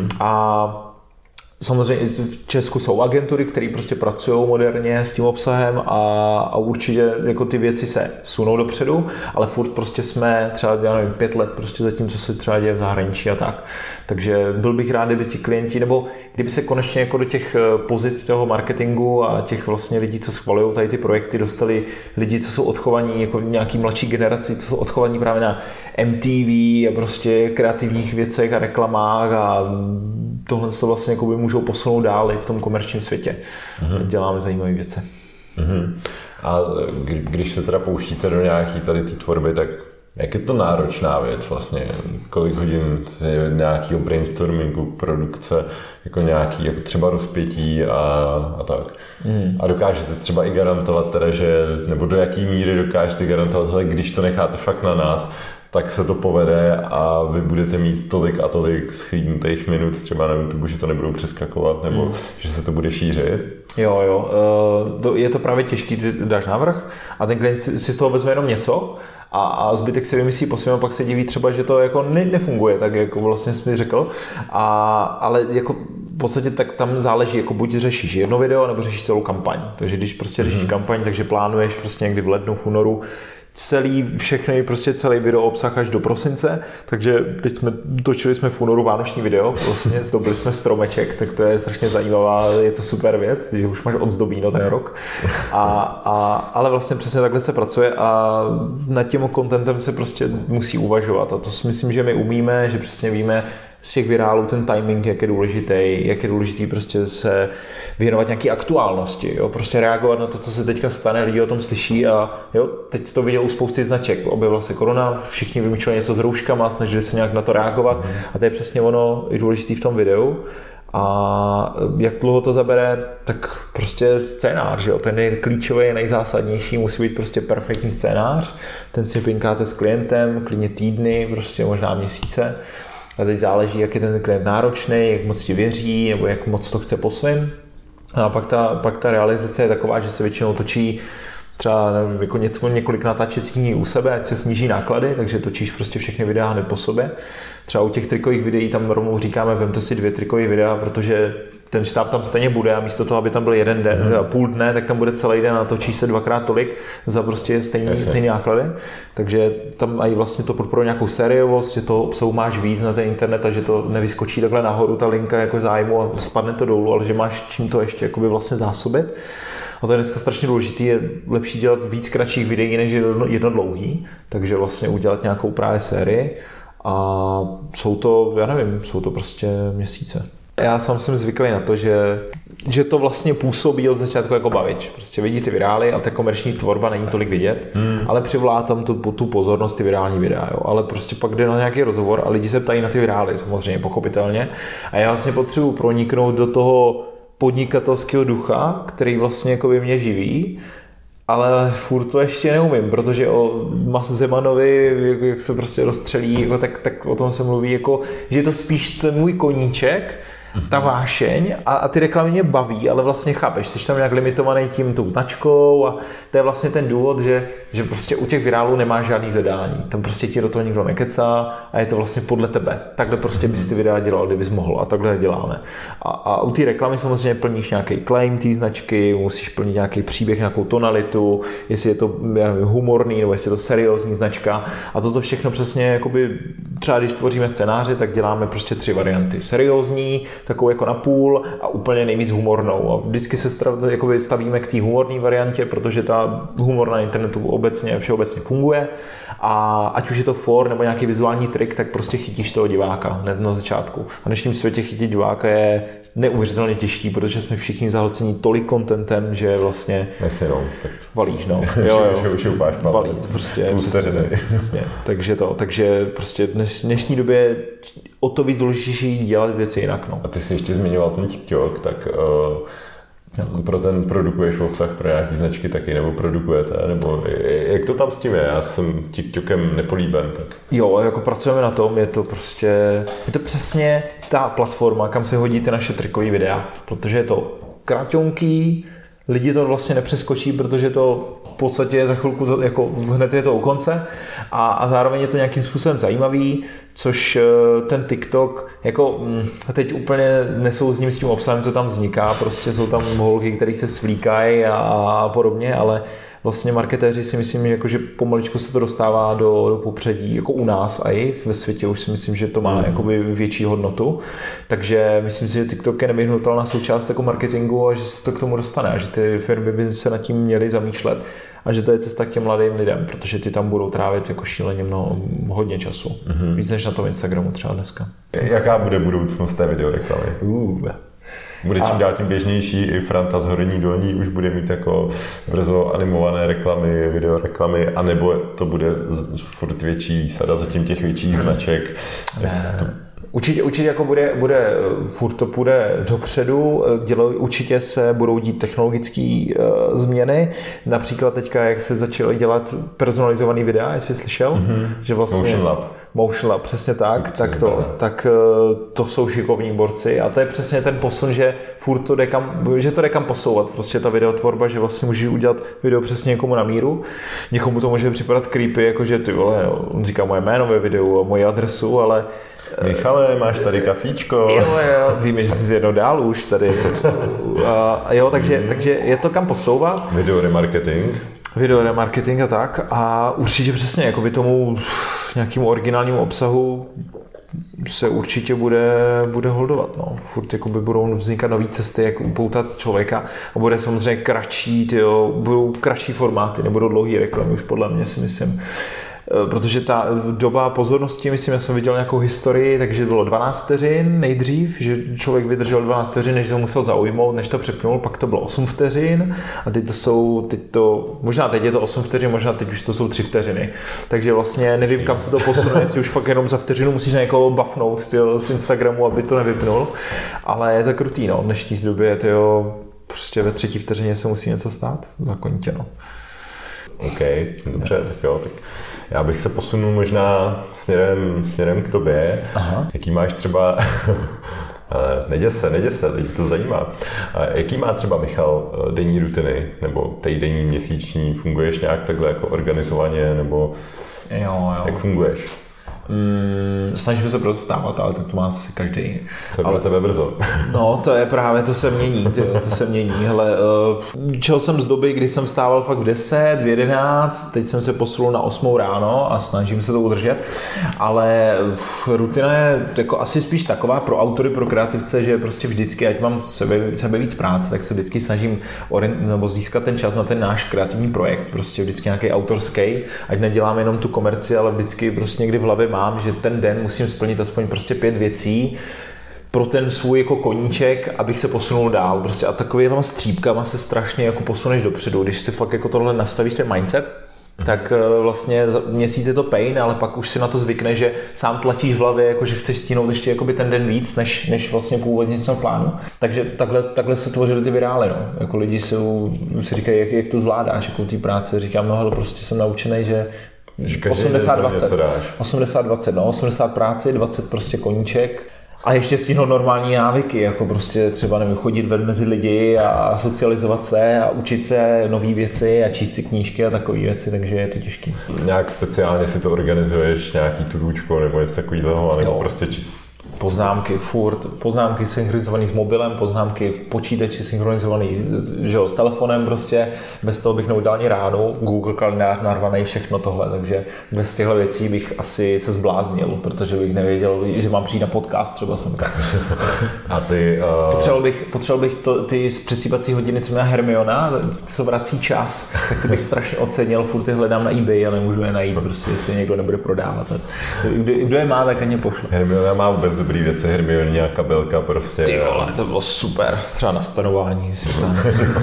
A samozřejmě v Česku jsou agentury, které prostě pracují moderně s tím obsahem a určitě jako ty věci se sunou dopředu, ale furt prostě jsme třeba, já nevím, 5 let prostě za tím, co se třeba děje v zahraničí a tak. Takže byl bych rád, kdyby ti klienti, nebo kdyby se konečně jako do těch pozic toho marketingu a těch vlastně lidí, co schvalují tady ty projekty, dostali lidi, co jsou odchovaní jako nějaký mladší generaci, co jsou odchovaní právě na MTV a prostě kreativních věcech a reklamách a tohle to vlastně jako by můžou posunout dál i v tom komerčním světě. Děláme zajímavé věci. A když se teda pouštíte do nějaký tady té tvorby, tak jak je to náročná věc vlastně? Kolik hodin je nějakého brainstormingu, produkce, jako nějaký jako třeba rozpětí a tak. A dokážete třeba i garantovat teda, že, nebo do jaký míry dokážete garantovat, hele, když to necháte fakt na nás, tak se to povede a vy budete mít tolik a tolik schlídnutých minut třeba na YouTube, že to nebudou přeskakovat, nebo že se to bude šířit? Jo, je to právě těžký, ty dáš návrh a ten klient si z toho vezme jenom něco a zbytek si vymyslí po svém a pak se diví třeba, že to jako nefunguje, tak jako vlastně jsi mi řekl, ale jako v podstatě tak tam záleží, jako buď řešíš jedno video, nebo řešíš celou kampaň. Takže když prostě řešíš kampaň, takže plánuješ prostě někdy v lednu, v únoru, celý video obsah až do prosince, takže teď točili jsme v únoru vánoční video, vlastně zdobili jsme stromeček, tak to je strašně zajímavá, je to super věc, že už máš odzdobíno ten rok. Ale vlastně přesně takhle se pracuje a nad tím contentem se prostě musí uvažovat a to si myslím, že my umíme, že přesně víme z těch virálů ten timing, jak je důležitý prostě se věnovat nějaký aktuálnosti, jo? Prostě reagovat na to, co se teďka stane, lidi o tom slyší a jo, teď to viděl u spousty značek, objevila se korona, všichni vymýšleli něco s rouškama, snažili se nějak na to reagovat a to je přesně ono i důležitý v tom videu. A jak dlouho to zabere, tak prostě scénář, jo? Ten je klíčový, nejzásadnější, musí být prostě perfektní scénář, ten si pinkáte s klientem, klidně týdny, prostě možná měsíce. A teď záleží, jak je ten klient náročný, jak moc ti věří, nebo jak moc to chce po svém. A pak ta realizace je taková, že se většinou točí třeba nevím, jako několik natáčecích dní u sebe, ať se sníží náklady, takže točíš prostě všechny videa hned po sobě. Třeba u těch trikových videí tam rovnou říkáme, vemte si 2 trikové videa, protože ten štáb tam stejně bude a místo toho, aby tam byl jeden den, půl dne, tak tam bude celý den a točí se 2x tolik za prostě stejný náklady. Takže tam i vlastně to podporuje nějakou sériovost, že toho obsahu máš víc na ten internet a že to nevyskočí takhle nahoru ta linka jako zájmu a spadne to dolů, ale že máš čím to ještě jakoby vlastně zásobit. A to je dneska strašně důležité, je lepší dělat víc kratších videí, než jedno dlouhý, takže vlastně udělat nějakou právě sérii a jsou to prostě měsíce. Já sám jsem zvyklý na to, že to vlastně působí od začátku jako bavič. Prostě vidí ty virály a ta komerční tvorba není tolik vidět, ale přivládá tam tu pozornost ty virální videa. Jo. Ale prostě pak jde na nějaký rozhovor a lidi se ptají na ty virály, samozřejmě, pochopitelně. A já vlastně potřebuji proniknout do toho podnikatelského ducha, který vlastně jako by mě živí Ale furt to ještě neumím, protože o Zemanovi, jak se prostě rozstřelí, jako, tak o tom se mluví, jako, že je to spíš ten můj koníček, ta vášeň a ty reklamy mě baví, ale vlastně chápeš, jsi tam nějak limitovaný tou značkou a to je vlastně ten důvod, že prostě u těch virálů nemáš žádný zadání. Tam prostě ti do toho nikdo nekecá a je to vlastně podle tebe. Takhle prostě bys ty videa dělal, kdybys mohl a takhle děláme. A u té reklamy samozřejmě plníš nějaký claim té značky, musíš plnit nějaký příběh, nějakou tonalitu, jestli je to humorný nebo jestli je to seriózní značka a toto všechno přesně jakoby, třeba když tvoříme scénáře, tak děláme prostě 3 varianty. Seriózní, takovou jako na půl a úplně nejvíc humornou. A vždycky se stavíme k té humorné variantě, protože ta humor na internetu všeobecně funguje a ať už je to for nebo nějaký vizuální trik, tak prostě chytíš toho diváka hned na začátku. A v dnešním světě chytit diváka je neuvěřitelně těžký, protože jsme všichni zahlcení tolik contentem, že vlastně valíš, no. Valíš, prostě, přesně. Takže prostě v dnešní době o to víc důležitější dělat věci jinak, no. A ty jsi ještě zmiňoval ten TikTok, tak pro ten produkuješ obsah pro nějaký značky taky, nebo produkujete, nebo jak to tam s tím je? Já jsem TikTokem nepolíben, tak. Jo, jako pracujeme na tom, je to přesně ta platforma, kam se hodí ty naše trikové videa, protože je to kráťonký, lidi to vlastně nepřeskočí, protože to v podstatě je za chvilku, jako hned je to u konce a zároveň je to nějakým způsobem zajímavý, což ten TikTok, jako teď úplně nesouzním s tím obsahem, co tam vzniká, prostě jsou tam holky, které se svlíkají a podobně, ale vlastně marketéři si myslím, že pomaličku se to dostává do popředí, jako u nás a i ve světě už si myslím, že to má jakoby větší hodnotu. Takže myslím si, že TikTok je nevyhnutelná součást jako marketingu a že se to k tomu dostane a že ty firmy by se nad tím měly zamýšlet a že to je cesta k těm mladým lidem, protože ty tam budou trávit jako šíleně hodně času. Víc než na tom Instagramu třeba dneska. Jaká bude budoucnost té videoreklamy? Bude čím dál tím běžnější, i Franta z Horní Dolní už bude mít jako brzo animované reklamy, videoreklamy, anebo to bude furt větší výsada zatím těch větších značek. Určitě jako furt to půjde dopředu, určitě se budou dít technologické změny, například teďka, jak se začaly dělat personalizovaný videa, jestli slyšel, že vlastně Motion Lab, přesně tak, tak to jsou šikovní borci a to je přesně ten posun, že furt to jde kam posouvat, prostě ta videotvorba, že vlastně můžeš udělat video přesně někomu na míru, někomu to může připadat creepy, jakože ty vole, on říká moje jméno ve videu a moji adresu, ale Michale, máš tady kafíčko. Jo, víme, že jsi jednou dál už tady. Takže je to kam posouvat. Video remarketing a tak. A určitě přesně, jako by tomu nějakému originálnímu obsahu se určitě bude holdovat. No. Furt jakoby budou vznikat nové cesty, jak upoutat člověka a bude samozřejmě budou kratší formáty, nebudou dlouhý reklamy, už podle mě si myslím. Protože ta doba pozornosti, myslím, já jsem viděl nějakou historii, takže bylo 12 vteřin nejdřív, že člověk vydržel 12 vteřin, než to musel zaujmout, než to přepnul, pak to bylo 8 vteřin a možná teď je to 8 vteřin, možná teď už to jsou 3 vteřiny. Takže vlastně nevím, kam se to posune, jestli už fakt jenom za vteřinu musíš na někoho buffnout z Instagramu, aby to nevypnul, ale je to krutý, no, v dnešní době prostě ve 3. vteřině se musí něco stát, zákonitě, no. OK, dobře, tak jo, tak já bych se posunul možná směrem k tobě. Aha. Jaký máš třeba, neděs se, teď to zajímá. Jaký má třeba Michal denní rutiny, nebo týdenní, měsíční, funguješ nějak takhle jako organizovaně, nebo jak funguješ? Snažíme se proto vstávat, ale tak to má asi každý. To bylo tebe brzo. No, to je právě, to se mění. Hele, čel jsem z doby, kdy jsem vstával fakt v 10, v 11, teď jsem se posunul na 8 ráno a snažím se to udržet, ale rutina je jako asi spíš taková pro autory, pro kreativce, že prostě vždycky, ať mám sebe víc práce, tak se vždycky snažím získat ten čas na ten náš kreativní projekt, prostě vždycky nějaký autorský, ať nedělám jenom tu komerci, ale vždycky prostě někdy v hlavě mám, že ten den musím splnit aspoň prostě 5 věcí pro ten svůj jako koníček, abych se posunul dál. Prostě a takovýma střípkama se strašně jako posuneš dopředu, když si fakt jako tohle nastavíš ten mindset. tak vlastně měsíc je to pain, ale pak už si na to zvykne, že sám tlačíš v hlavě, jako že chceš stihnout ještě jakoby ten den víc, než vlastně původně jsem plánu. Takže takhle se tvořily ty virály, no. Jako lidi si říkají, jak to zvládáš, jako té práce. Říkám, no hele, prostě jsem naučený, že 80-20, no, 80 práci, 20 prostě koníček. A ještě stihnout normální návyky, jako prostě třeba nevím, chodit ven mezi lidi a socializovat se a učit se nové věci a číst si knížky a takové věci, takže je to těžký. Nějak speciálně si to organizuješ, nějaký tudůčko nebo něco takového, nebo prostě čistě? Poznámky synchronizovaný s mobilem, poznámky v počítači synchronizovaný, že jo, s telefonem prostě, bez toho bych neudělal ani ránu, Google kalendář narvaný, všechno tohle, takže bez těchto věcí bych asi se zbláznil, protože bych nevěděl, že mám přijít na podcast třeba semka. A ty... Potřeboval bych ty přecípací hodiny, co měla Hermiona, co vrací čas, tak ty bych strašně ocenil, furt je hledám na eBay a nemůžu je najít, prostě, jestli někdo nebude prodávat. Kdo je má, tak ani pošle. Hermiona má vůbec dobrý věci, Hermione a kabelka prostě. Ty vole, to bylo super, třeba na stanování světa.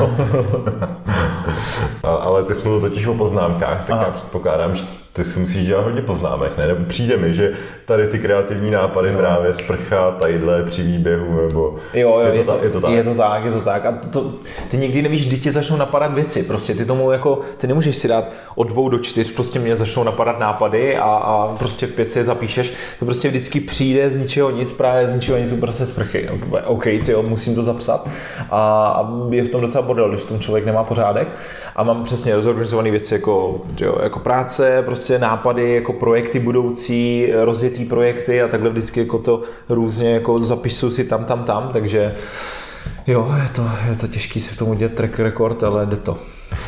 Ale ty jsi mluvil totiž o poznámkách, tak já předpokládám, že ty si musíš dělat hodně poznámek, ne? Nebo přijde mi, že tady ty kreativní nápady právě sprcha, tadyhle při výběhu, nebo... Jo, je to tak. A ty nikdy nevíš, kdy tě začnou napadat věci, prostě ty tomu jako, ty nemůžeš si dát od 2 do 4, prostě mě začnou napadat nápady a prostě v 5 si je zapíšeš, to prostě vždycky přijde z ničeho nic, právě z ničeho nic prostě sprchy. OK, tyjo, musím to zapsat a je v tom docela bordel, když v tom člověk nemá pořádek a mám přesně rozorganizované věci jako práce, prostě nápady, jako projekty budoucí, rozjetý projekty a takhle vždycky jako to různě jako zapisuju si tam, takže jo, je to těžký si v tom udělat track record, ale jde to.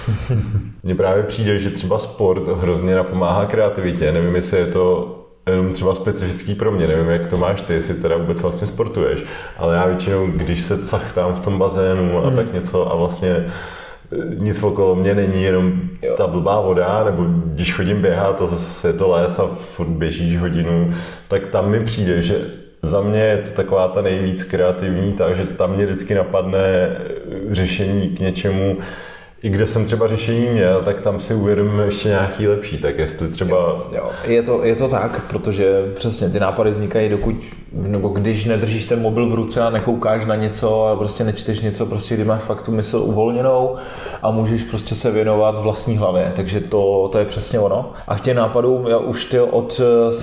Mně právě přijde, že třeba sport hrozně napomáhá kreativitě, nevím, jestli je to jenom třeba specifický pro mě, nevím, jak to máš ty, jestli teda vůbec vlastně sportuješ, ale já většinou, když se cachtám v tom bazénu a tak něco a vlastně nic okolo mě není, jenom ta blbá voda, nebo když chodím běhat a zase je to les a furt běžíš hodinu, tak tam mi přijde, že za mě je to taková ta nejvíc kreativní, takže tam mě vždycky napadne řešení k něčemu, i kde jsem třeba řešení měl, tak tam si uvědomím ještě nějaký lepší, tak jestli třeba... Jo. Je to tak, protože přesně ty nápady vznikají, nebo když nedržíš ten mobil v ruce a nekoukáš na něco a prostě nečteš něco, prostě kdy máš fakt tu mysl uvolněnou a můžeš prostě se věnovat vlastní hlavě, takže to je přesně ono. A k těm nápadům já už od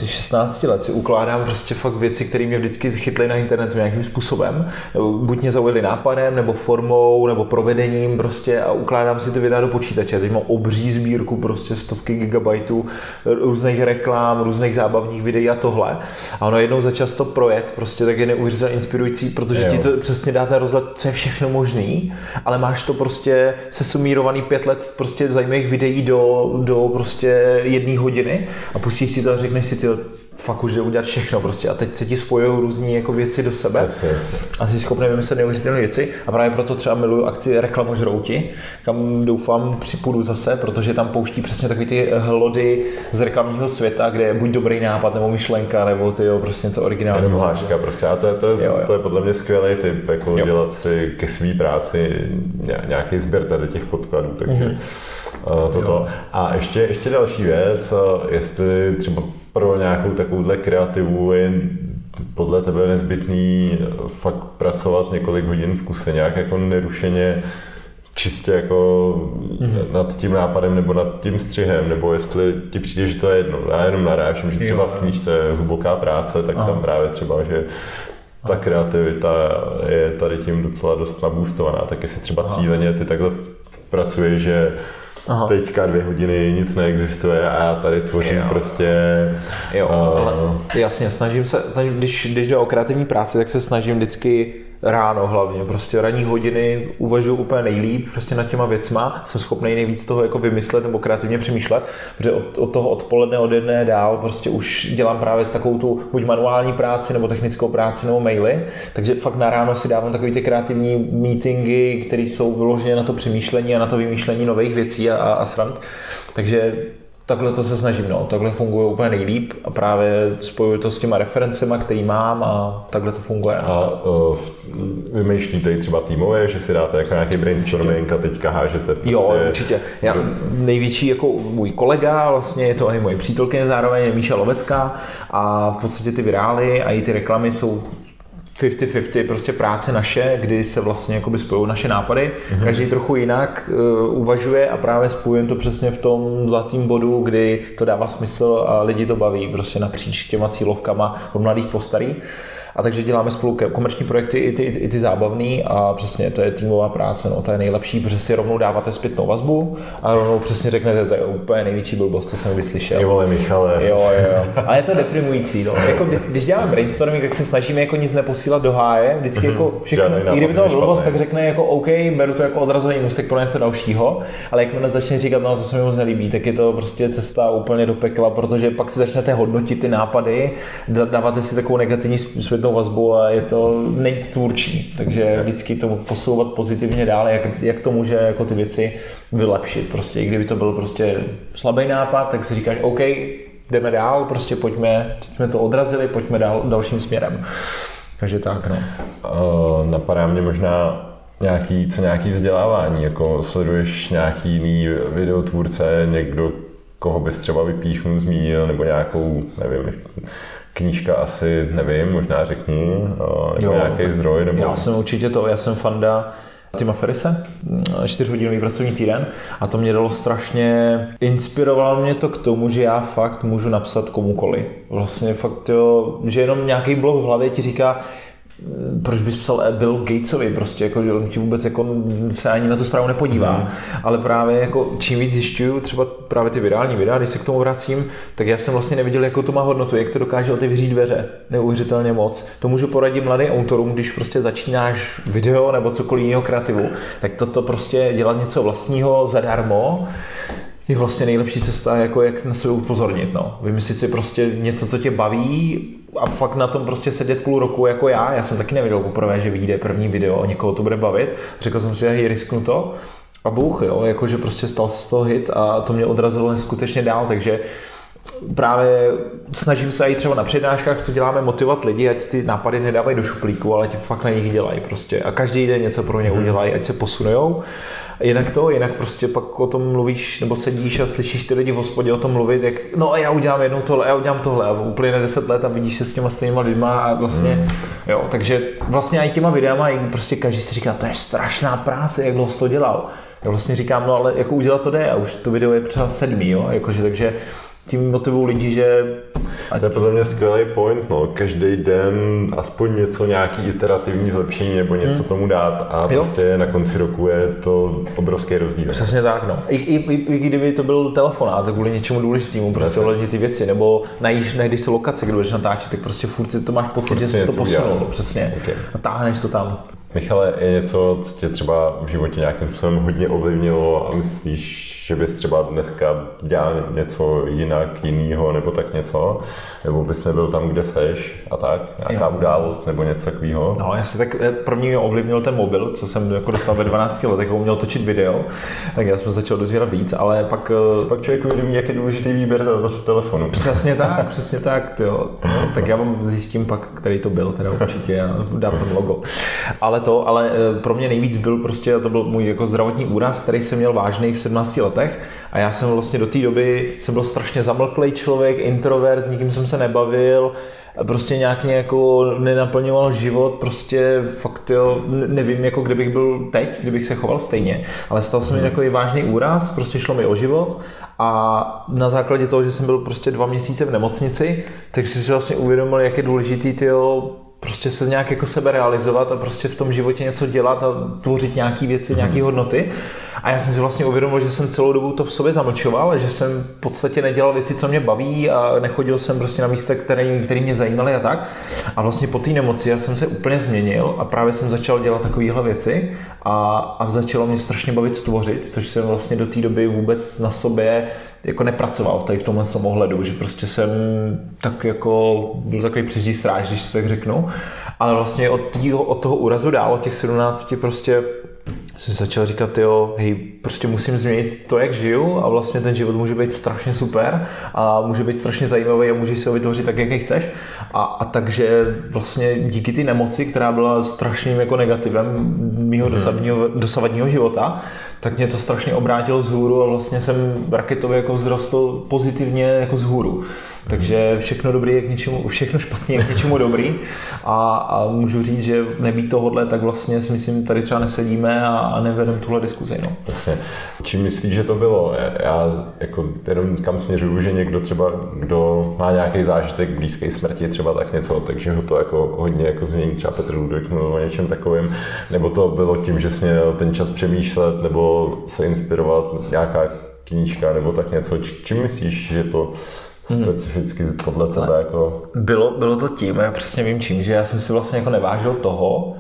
16 let si ukládám prostě fakt věci, které mě vždycky chytly na internetu nějakým způsobem. Buď mě zaujaly nápadem, nebo formou, nebo provedením prostě a ukládám si ty videa do počítače. Teď mám obří sbírku, prostě stovky gigabajtů různých reklám, různých zábavních videí a tohle. A ono jednou za čas to projet, prostě tak je neuvěřitelně inspirující, protože ti to přesně dá ten rozhled, co je všechno možný, ale máš to prostě sesumírovaný 5 let prostě zajímavých videí do prostě 1 hodiny a pustíš si to a řekneš si, fakt už jde udělat všechno prostě a teď se ti spojují různý jako věci do sebe a jsi schopný vymyslet neuvěřitelné věci a právě proto třeba miluju akci Reklamožrouti, kam doufám připůjdu zase, protože tam pouští přesně takový ty hlody z reklamního světa, kde je buď dobrý nápad nebo myšlenka nebo prostě něco originálního. Jenom hláška prostě a to je podle mě skvělý tip, jako dělat si ke své práci nějaký sběr tady těch podkladů, takže toto. A ještě další věc, jestli třeba pro nějakou takovouhle kreativu je podle tebe nezbytný fakt pracovat několik hodin v kuse, nějak jako nerušeně, čistě jako nad tím nápadem nebo nad tím střihem, nebo jestli ti přijde, že to je jedno. Já jenom narážím, že třeba v knížce Hluboká práce, tak tam právě třeba, že ta kreativita je tady tím docela dost naboostovaná, tak jestli třeba cíleně ty takhle pracuješ, že teďka 2 hodiny nic neexistuje a já tady tvořím prostě... Jasně, snažím, když jde o kreativní práci, tak se snažím vždycky ráno hlavně, prostě ranní hodiny uvažuji úplně nejlíp prostě nad těma věcma, jsem schopný nejvíc toho jako vymyslet nebo kreativně přemýšlet, protože od toho odpoledne od jedné dál prostě už dělám právě takovou tu buď manuální práci nebo technickou práci nebo maily, takže fakt na ráno si dávám takový ty kreativní meetingy, které jsou vyloženě na to přemýšlení a na to vymýšlení nových věcí a srand, takže takhle to se snažím, no. Takhle funguje úplně nejlíp a právě spojuji to s těma referencema, který mám a takhle to funguje. A vymýšlíte třeba týmové, že si dáte jako nějaký brainstorming a teďka hážete prostě... Jo, určitě. Já, největší jako můj kolega, vlastně je to i moje přítelkyně zároveň, je Míša Lovecká a v podstatě ty virály a i ty reklamy jsou 50-50 prostě práce naše, kdy se vlastně jakoby spojují naše nápady. Každý trochu jinak uvažuje a právě spojujeme to přesně v tom zlatém bodu, kdy to dává smysl a lidi to baví prostě napříč těma cílovkama od mladých po starý. A takže děláme spolu komerční projekty i ty zábavný a přesně to je týmová práce, no, to je nejlepší, protože si rovnou dáváte zpětnou vazbu a rovnou přesně řeknete, to je úplně největší blbost, co jsem vyslyšel. Je vole Michale. Jo. Ale je to deprimující, no. Jako, když děláme brainstorming, tak se snažíme jako nic neposílat do háje, vždycky jako všechno, i kdyby to bylo blbost, tak řekne jako OK, beru to jako odrazový můstek pro něco dalšího, ale jakmile začne říkat, no to se mi moc nelíbí, tak je to prostě cesta úplně do pekla, protože pak si začnete hodnotit ty nápady, dáváte si takovou negativní zpětnou vazbu a je to nejtvůrčí, takže vždycky to posouvat pozitivně dál, jak to může jako ty věci vylepšit. Prostě i kdyby to byl prostě slabý nápad, tak si říkáš OK, jdeme dál, prostě pojďme, teď jsme to odrazili, pojďme dál dalším směrem. Takže tak, no. Napadá mě možná nějaký vzdělávání, jako sleduješ nějaký jiný videotvůrce, někdo, koho bys třeba vypíchnul, zmínil, nebo nějakou, nevím, knížka asi, nevím, možná řekni, nebo nějaký zdroj, nebo... Já jsem určitě já jsem fanda Tima Ferrise, 4hodinový pracovní týden a to mě dalo strašně, inspirovalo mě to k tomu, že já fakt můžu napsat komukoli. Vlastně fakt jo, že jenom nějaký blok v hlavě ti říká, proč bys psal Bill Gatesovi, prostě, jako, že on ti vůbec jako, se ani na tu zprávu nepodívá, ale právě jako, čím víc zjišťuju, třeba právě ty virální videa, když se k tomu vracím, tak já jsem vlastně neviděl, jakou to má hodnotu, jak to dokáže otevřít dveře, neuvěřitelně moc. To můžu poradit mladým autorům, když prostě začínáš video nebo cokoliv jiného kreativu, tak toto prostě dělat něco vlastního zadarmo je vlastně nejlepší cesta, jako jak na sebe upozornit, no. Vymyslit si prostě něco, co tě baví a fakt na tom prostě sedět půl roku jako já jsem taky nevěděl poprvé, že vyjde první video a někoho to bude bavit. Řekl jsem si, hej, risknu to a bůh, jo, jakože prostě stal se z toho hit a to mě odrazilo neskutečně dál, takže právě snažím se i třeba na přednáškách, co děláme, motivovat lidi, ať ty nápady nedávají do šuplíku, ale ať fakt na nich dělají prostě a každý den něco pro ně udělají, ať se posunujou. Jinak prostě pak o tom mluvíš, nebo sedíš a slyšíš ty lidi v hospodě o tom mluvit, jak no já udělám jednou tohle, já udělám tohle a úplně na 10 let a vidíš se s těma stejnýma lidma a vlastně, jo, takže vlastně i těma videama, i prostě každý si říká, to je strašná práce, jak dlouho jsi to dělal. Já vlastně říkám, no ale jako udělat to jde a už to video je třeba 7, jo, jakože, takže tím motivují lidi, že... To je podle mě skvělý point, no. Každý den aspoň něco, nějaký iterativní zlepšení nebo něco tomu dát a prostě na konci roku je to obrovský rozdíl. Přesně tak, no. I kdyby to byl telefonát, tak kvůli něčemu důležitému, prostě ohledně ty věci, nebo najdeš si lokaci, kde budeš natáčet, tak prostě furt to máš pocit, že jsi to posunul, přesně. Okay. A táhneš to tam. Michale, je něco, co tě třeba v životě nějakým způsobem hodně ovlivnilo a myslíš, že bys třeba dneska dělal něco jinýho nebo tak něco, nebo bys nebyl tam, kde seš a tak, nějaká událost nebo něco takového? No, první mě ovlivnil ten mobil, co jsem jako dostal ve 12 letech, uměl točit video, tak já jsem začal dozvírat víc, ale pak člověk uvědomí, jak je důležitý výběr v telefonu. Přesně tak, jo. No, tak já vám zjistím pak, který to byl, teda určitě, a dám tam logo. Ale pro mě nejvíc byl prostě, to byl můj jako zdravotní úraz, který jsem měl vážný v 17 letech a já jsem vlastně do té doby jsem byl strašně zamlklej člověk, introvert, s nikým jsem se nebavil, prostě nějak mě jako nenaplňoval život, prostě fakt jo, nevím jako kde bych byl teď, kdybych se choval stejně, ale stal se mi takový vážný úraz, prostě šlo mi o život a na základě toho, že jsem byl prostě 2 měsíce v nemocnici, tak si vlastně uvědomil, jak je důležitý prostě se nějak jako sebe realizovat a prostě v tom životě něco dělat a tvořit nějaký věci, nějaký hodnoty. A já jsem si vlastně uvědomil, že jsem celou dobu to v sobě zamlčoval, že jsem v podstatě nedělal věci, co mě baví a nechodil jsem prostě na místa, které mě zajímaly a tak. A vlastně po té nemoci já jsem se úplně změnil a právě jsem začal dělat takovéhle věci a začalo mě strašně bavit tvořit, což jsem vlastně do té doby vůbec na sobě jako nepracoval tady v tomhle ohledu, že prostě jsem tak jako byl takový přízdí stráž, když to tak řeknu, ale vlastně od toho úrazu dál, od těch 17 prostě Jsem začal říkat, jo, hej, prostě musím změnit to, jak žiju a vlastně ten život může být strašně super a může být strašně zajímavý a můžeš si ho vytvořit tak, jak chceš. A takže vlastně díky té nemoci, která byla strašným jako negativem mýho dosavadního života, tak mě to strašně obrátilo vzhůru a vlastně jsem raketově jako vzrostl pozitivně jako vzhůru. Takže všechno dobrý je k něčemu, všechno špatný je k něčemu dobrý a můžu říct, že nebýt tohodle, tak vlastně si myslím, tady třeba nesedíme a nevedeme tuhle diskuzi. No. Jasně. Čím myslíš, že to bylo? Já jako jenom kam směřuju, že někdo třeba, kdo má nějaký zážitek blízké smrti, třeba tak něco, takže ho to jako hodně jako změní, třeba Petr Ludvík mluvil o něčem takovým, nebo to bylo tím, že jsi měl ten čas přemýšlet, nebo se inspirovat nějaká knížka, nebo tak něco. Čím myslíš, že to specificky podle tebe jako... Bylo to tím, já přesně vím čím, že já jsem si vlastně jako nevážil toho,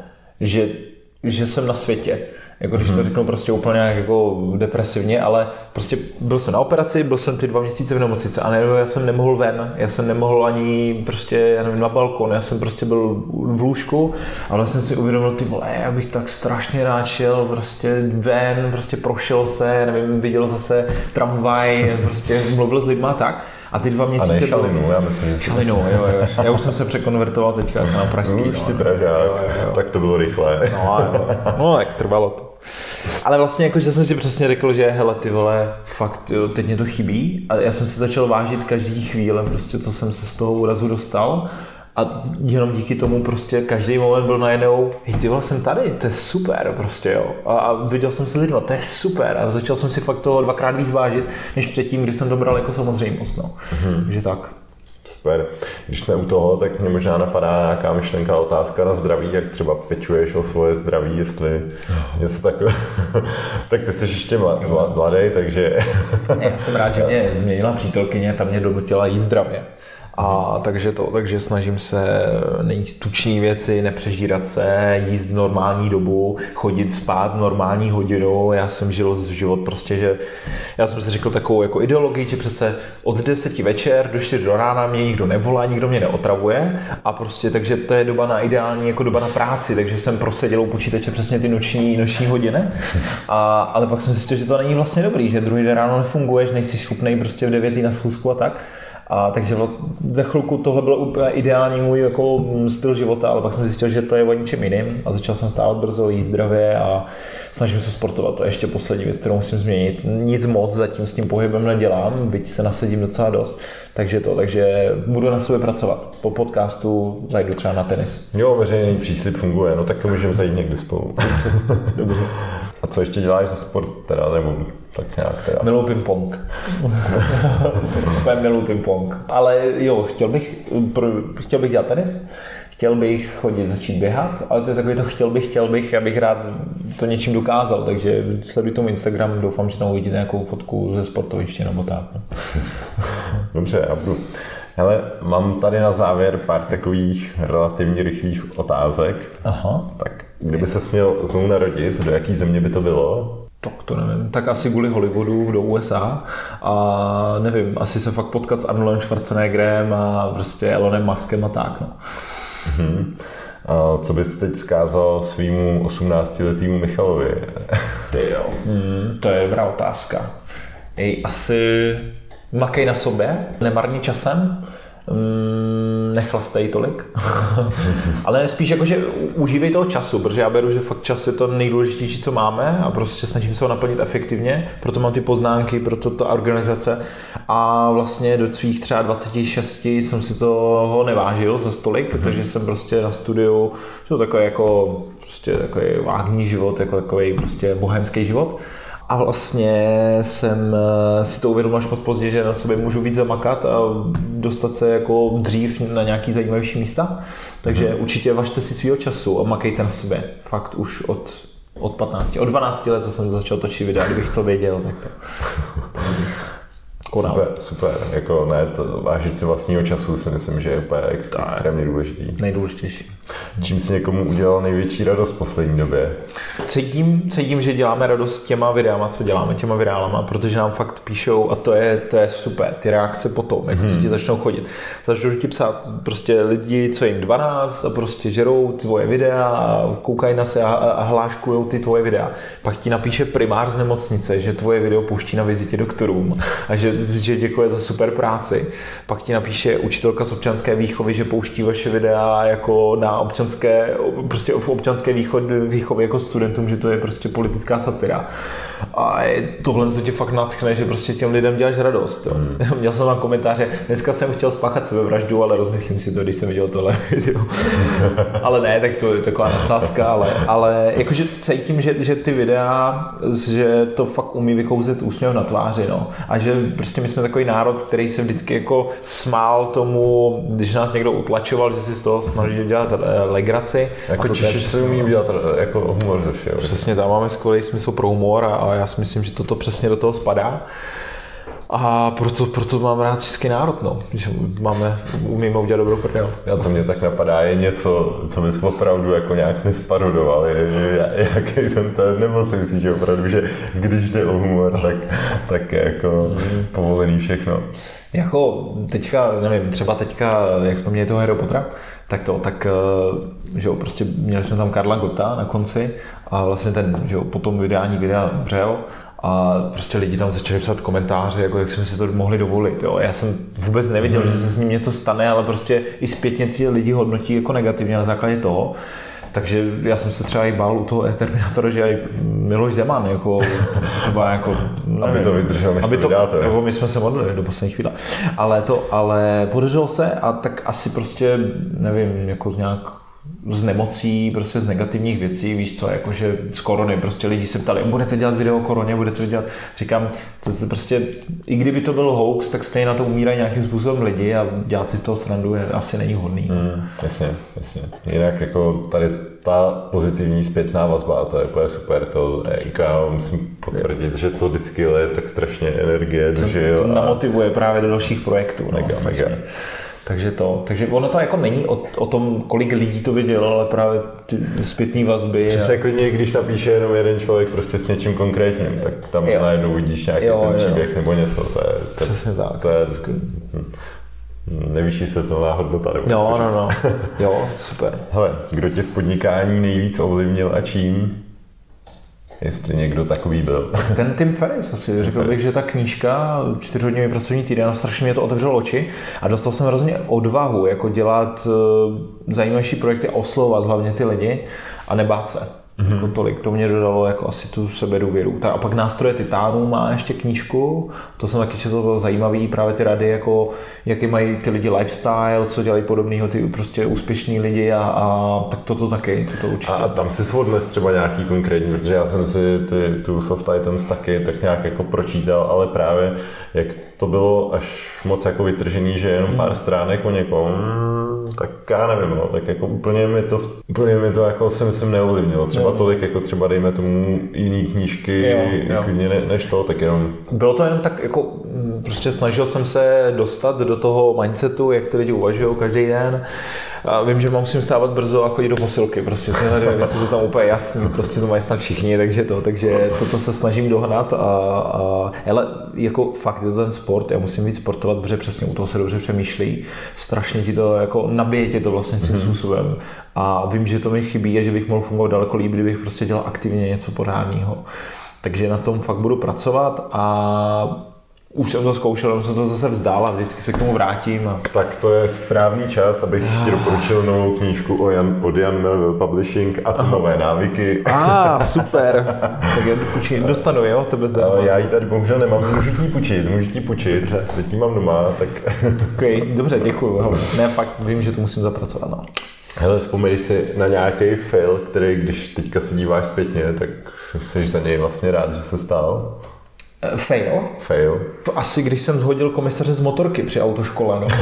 že jsem na světě. Jako když to řeknu prostě úplně jako depresivně, ale prostě byl jsem na operaci, byl jsem ty 2 měsíce v nemocnici a já jsem nemohl ven, já jsem nemohl ani prostě, já nevím, na balkon, já jsem prostě byl v lůžku a vlastně jsem si uvědomil, ty vole, já bych tak strašně rád šel prostě ven, prostě prošel se, nevím, viděl zase tramvaj, prostě mluvil s lidma a tak. A ty 2 měsíce... A ne Šalinu, já myslím, že... Šalinu, jo. Já už jsem se překonvertoval teďka na pražský. Už si Pražák, tak to bylo rychlé. No, tak trvalo to. Ale vlastně jako, že jsem si přesně řekl, že hele, ty vole, fakt, jo, teď mě to chybí. A já jsem si začal vážit každý chvíle, prostě, co jsem se z toho úrazu dostal. A jenom díky tomu prostě každý moment byl najednou, hej, ty vole, jsem tady, to je super prostě, jo. A viděl jsem se lidma, to je super. A začal jsem si fakt toho 2krát víc vážit, než předtím, když jsem to bral jako samozřejmost, no. Takže tak. Super. Když jsme u toho, tak mě možná napadá nějaká myšlenka, otázka na zdraví, jak třeba pečuješ o svoje zdraví, jestli něco takového. Tak ty jsi ještě mladý, takže... Já jsem rád, že mě změnila přítelkyně, ta mě donutila jíst zdravě. A takže snažím se nejíst tučné věci, nepřežírat se, jíst v normální dobu, chodit spát v normální hodinu. Já jsem žil život prostě, že já jsem si řekl takovou jako ideologii, že přece od 10 večer do 4 do rána mě nikdo nevolá, nikdo mě neotravuje a prostě takže to je doba na ideální jako doba na práci, takže jsem proseděl u počítače přesně ty noční hodiny. Ale pak jsem zjistil, že to není vlastně dobrý, že druhý den ráno nefunguješ, nejsi schopnej prostě v 9 na schůzku a tak. A takže za chvilku tohle bylo úplně ideální můj jako styl života, ale pak jsem zjistil, že to je o ničem jiným a začal jsem stávat brzo, jíst zdravě a snažím se sportovat. To je ještě poslední věc, kterou musím změnit. Nic moc zatím s tím pohybem nedělám, byť se nasedím docela dost, takže budu na sobě pracovat. Po podcastu zajdu třeba na tenis. Jo, veřejný příslib funguje, no tak to můžeme zajít někdy spolu. Dobře. A co ještě děláš za sport teda, nebo tak nějak teda? Miluji ping-pong. Miluji ping-pong. Ale jo, chtěl bych dělat tenis, chtěl bych začít běhat, ale to je takový to chtěl bych, já bych rád to něčím dokázal, takže sleduj tomu Instagram, doufám, že tam uvidíte nějakou fotku ze sportoviště nebo tak. No. Dobře, já budu. Hele, mám tady na závěr pár takových relativně rychlých otázek. Aha. Tak kdyby se měl znovu narodit, do jaký země by to bylo? Tak to nevím. Tak asi kvůli Hollywoodu do USA a nevím, asi se fakt potkat s Arnoldem Schwarzeneggerem a prostě Elonem Muskem a tak, no. A co bys teď vzkázal svýmu 18letýmu Michalovi? Ty jo, to je dobrá otázka. Asi makej na sobě, nemarni časem, nechlastej tolik, ale spíš jakože užívej toho času, protože já beru, že fakt čas je to nejdůležitější, co máme a prostě snažím se ho naplnit efektivně, proto mám ty poznámky, proto ta organizace a vlastně do svých třeba 26 jsem si toho nevážil za stolik, takže jsem prostě na studiu, to takový jako prostě takový vágní život, jako takový prostě bohemský život. A vlastně jsem si to uvědomil až moc pozdě, že na sobě můžu víc zamakat a dostat se jako dřív na nějaký zajímavější místa. Takže určitě važte si svýho času a makejte na sobě. Fakt už od 15, od 12 let, co jsem začal točit videa, kdybych to věděl, tak to bych konal. Super. Jako ne, to vážit si vlastního času si myslím, že je úplně extrémně důležitý. Nejdůležitější. Čím jsi někomu udělal největší radost v poslední době? Cítím, že děláme radost těma videama, co děláme, těma virálama, protože nám fakt píšou a to je super, ty reakce potom, jak ti začnou chodit. Začnou ti psát prostě lidi, co jim 12 a prostě žerou tvoje videa a koukají na se a hláškujou ty tvoje videa. Pak ti napíše primář z nemocnice, že tvoje video pouští na vizitě doktorům a že děkuje za super práci. Pak ti napíše učitelka z občanské výchovy, že pouští vaše videa jako na občanské, prostě v občanské výchově jako studentům, že to je prostě politická satira. A tohle se tě fakt natchne, že prostě těm lidem děláš radost. Jo. Měl jsem tam komentáře, dneska jsem chtěl spáchat sebevraždu, ale rozmyslím si to, když jsem viděl tohle video. Ale ne, tak to je taková nadsázka, ale jakože cítím, že ty videa, že to fakt umí vykouzet úsměv na tváři, no. A že prostě my jsme takový národ, který se vždycky jako smál tomu, když nás někdo utlačoval, že si z toho snaží dělat legraci. Jako Češi se umí dělat jako humor ze všeho. Přesně, tam máme skvělý smysl pro humor a já si myslím, že toto přesně do toho spadá. A proto mám rád český národ, no. Že umíme udělat dobrou prdel. Já to mě tak napadá, je něco, co bys opravdu jako nějak nesparodoval, jaký ten, nebo si myslíš, že opravdu, že když jde o humor, tak je jako povolený všechno. Jako teďka, nevím, třeba teďka, jak jsme měli toho Harry Pottera, že jo, prostě měli jsme tam Karla Gotta na konci a vlastně ten, že jo, potom vydání videa umřel a prostě lidi tam začali psat komentáře, jako jak jsme si to mohli dovolit, jo. Já jsem vůbec nevěděl, že se s ním něco stane, ale prostě i zpětně ty lidi hodnotí jako negativně na základě toho. Takže já jsem se třeba i bál u toho Terminátora, že i Miloš Zeman, jako třeba jako... Nevím, aby to vydržel, než to vydáte. Nebo my jsme se modlili do poslední chvíle. Ale podařilo se a tak asi prostě, nevím, jako nějak z nemocí, prostě z negativních věcí, víš co, jakože z korony, prostě lidi se ptali, budete dělat video o koroně, budete dělat, říkám, to prostě, i kdyby to byl hoax, tak stejně na to umírají nějakým způsobem lidi a dělat si z toho srandu asi není hodný. Jasně. Jinak jako tady ta pozitivní zpětná vazba, to je úplně super, to já musím potvrdit, že to vždycky je tak strašně energie, to namotivuje právě do dalších projektů. Mega. Takže ono to jako není o tom, kolik lidí to vidělo, ale právě ty zpětný vazby. Přesně klidně, když napíše jenom jeden člověk prostě s něčím konkrétním, tak tam najednou vidíš nějaký ten příběh nebo něco. Přesně tak. To je nevyšší světelná hodnota. No. Jo, super. Hele, kdo tě v podnikání nejvíc ovlivnil a čím? Jestli někdo takový byl. Ten Tim Ferriss asi. Řekl bych, že ta knížka 4hodinový pracovní týden, strašně mě to otevřelo oči a dostal jsem hrozně odvahu jako dělat zajímavější projekty a oslovovat hlavně ty lidi a nebát se. Jako tolik, to mě dodalo jako asi tu sebedůvěru. A pak Nástroje titánů má ještě knížku, to jsem taky četl, to bylo zajímavý, právě ty rady, jako jaký mají ty lidi lifestyle, co dělají podobného ty prostě úspěšní lidi a tak toto taky, toto určitě. A tam si shodneš třeba nějaký konkrétní, protože já jsem si tu Soft Titans taky tak nějak jako pročítal, ale právě jak to bylo až moc jako vytržený, že jenom pár stránek o někom, tak já nevím, no, tak jako úplně mi to jako si myslím neovlivnilo. Třeba tolik, jako třeba dejme tomu jiný knížky, než to, tak jenom. Bylo to jenom tak jako, prostě snažil jsem se dostat do toho mindsetu, jak ty lidi uvažují každý den. A vím, že musím stávat brzo a chodit do posilky, prostě tyhle dvě věci jsou tam úplně jasný, prostě to mají snad všichni, takže toto se snažím dohnat ale jako fakt je to ten sport, já musím víc sportovat, protože přesně u toho se dobře přemýšlí, strašně ti to jako nabije tě to vlastně svým způsobem a vím, že to mi chybí a že bych mohl fungovat daleko líp, kdybych prostě dělal aktivně něco pořádného. Takže na tom fakt budu pracovat a už jsem to zkoušel, jsem to zase vzdál a vždycky se k tomu vrátím. Tak to je správný čas, abych ti doporučil novou knížku od Jan Melville Publishing Atomové návyky. Super. Tak já dostanu, jo? Tebe zdám. Já ji tady bohužel nemám, můžu ti půjčit. Teď ji mám doma, tak... Dobře, děkuju. Ne, fakt vím, že to musím zapracovat. No. Hele, vzpomeň si na nějaký fail, který když teďka se díváš zpětně, tak jsi za něj vlastně rád, že se stál? Fail. To asi když jsem zhodil komisaře z motorky při autoškole, no.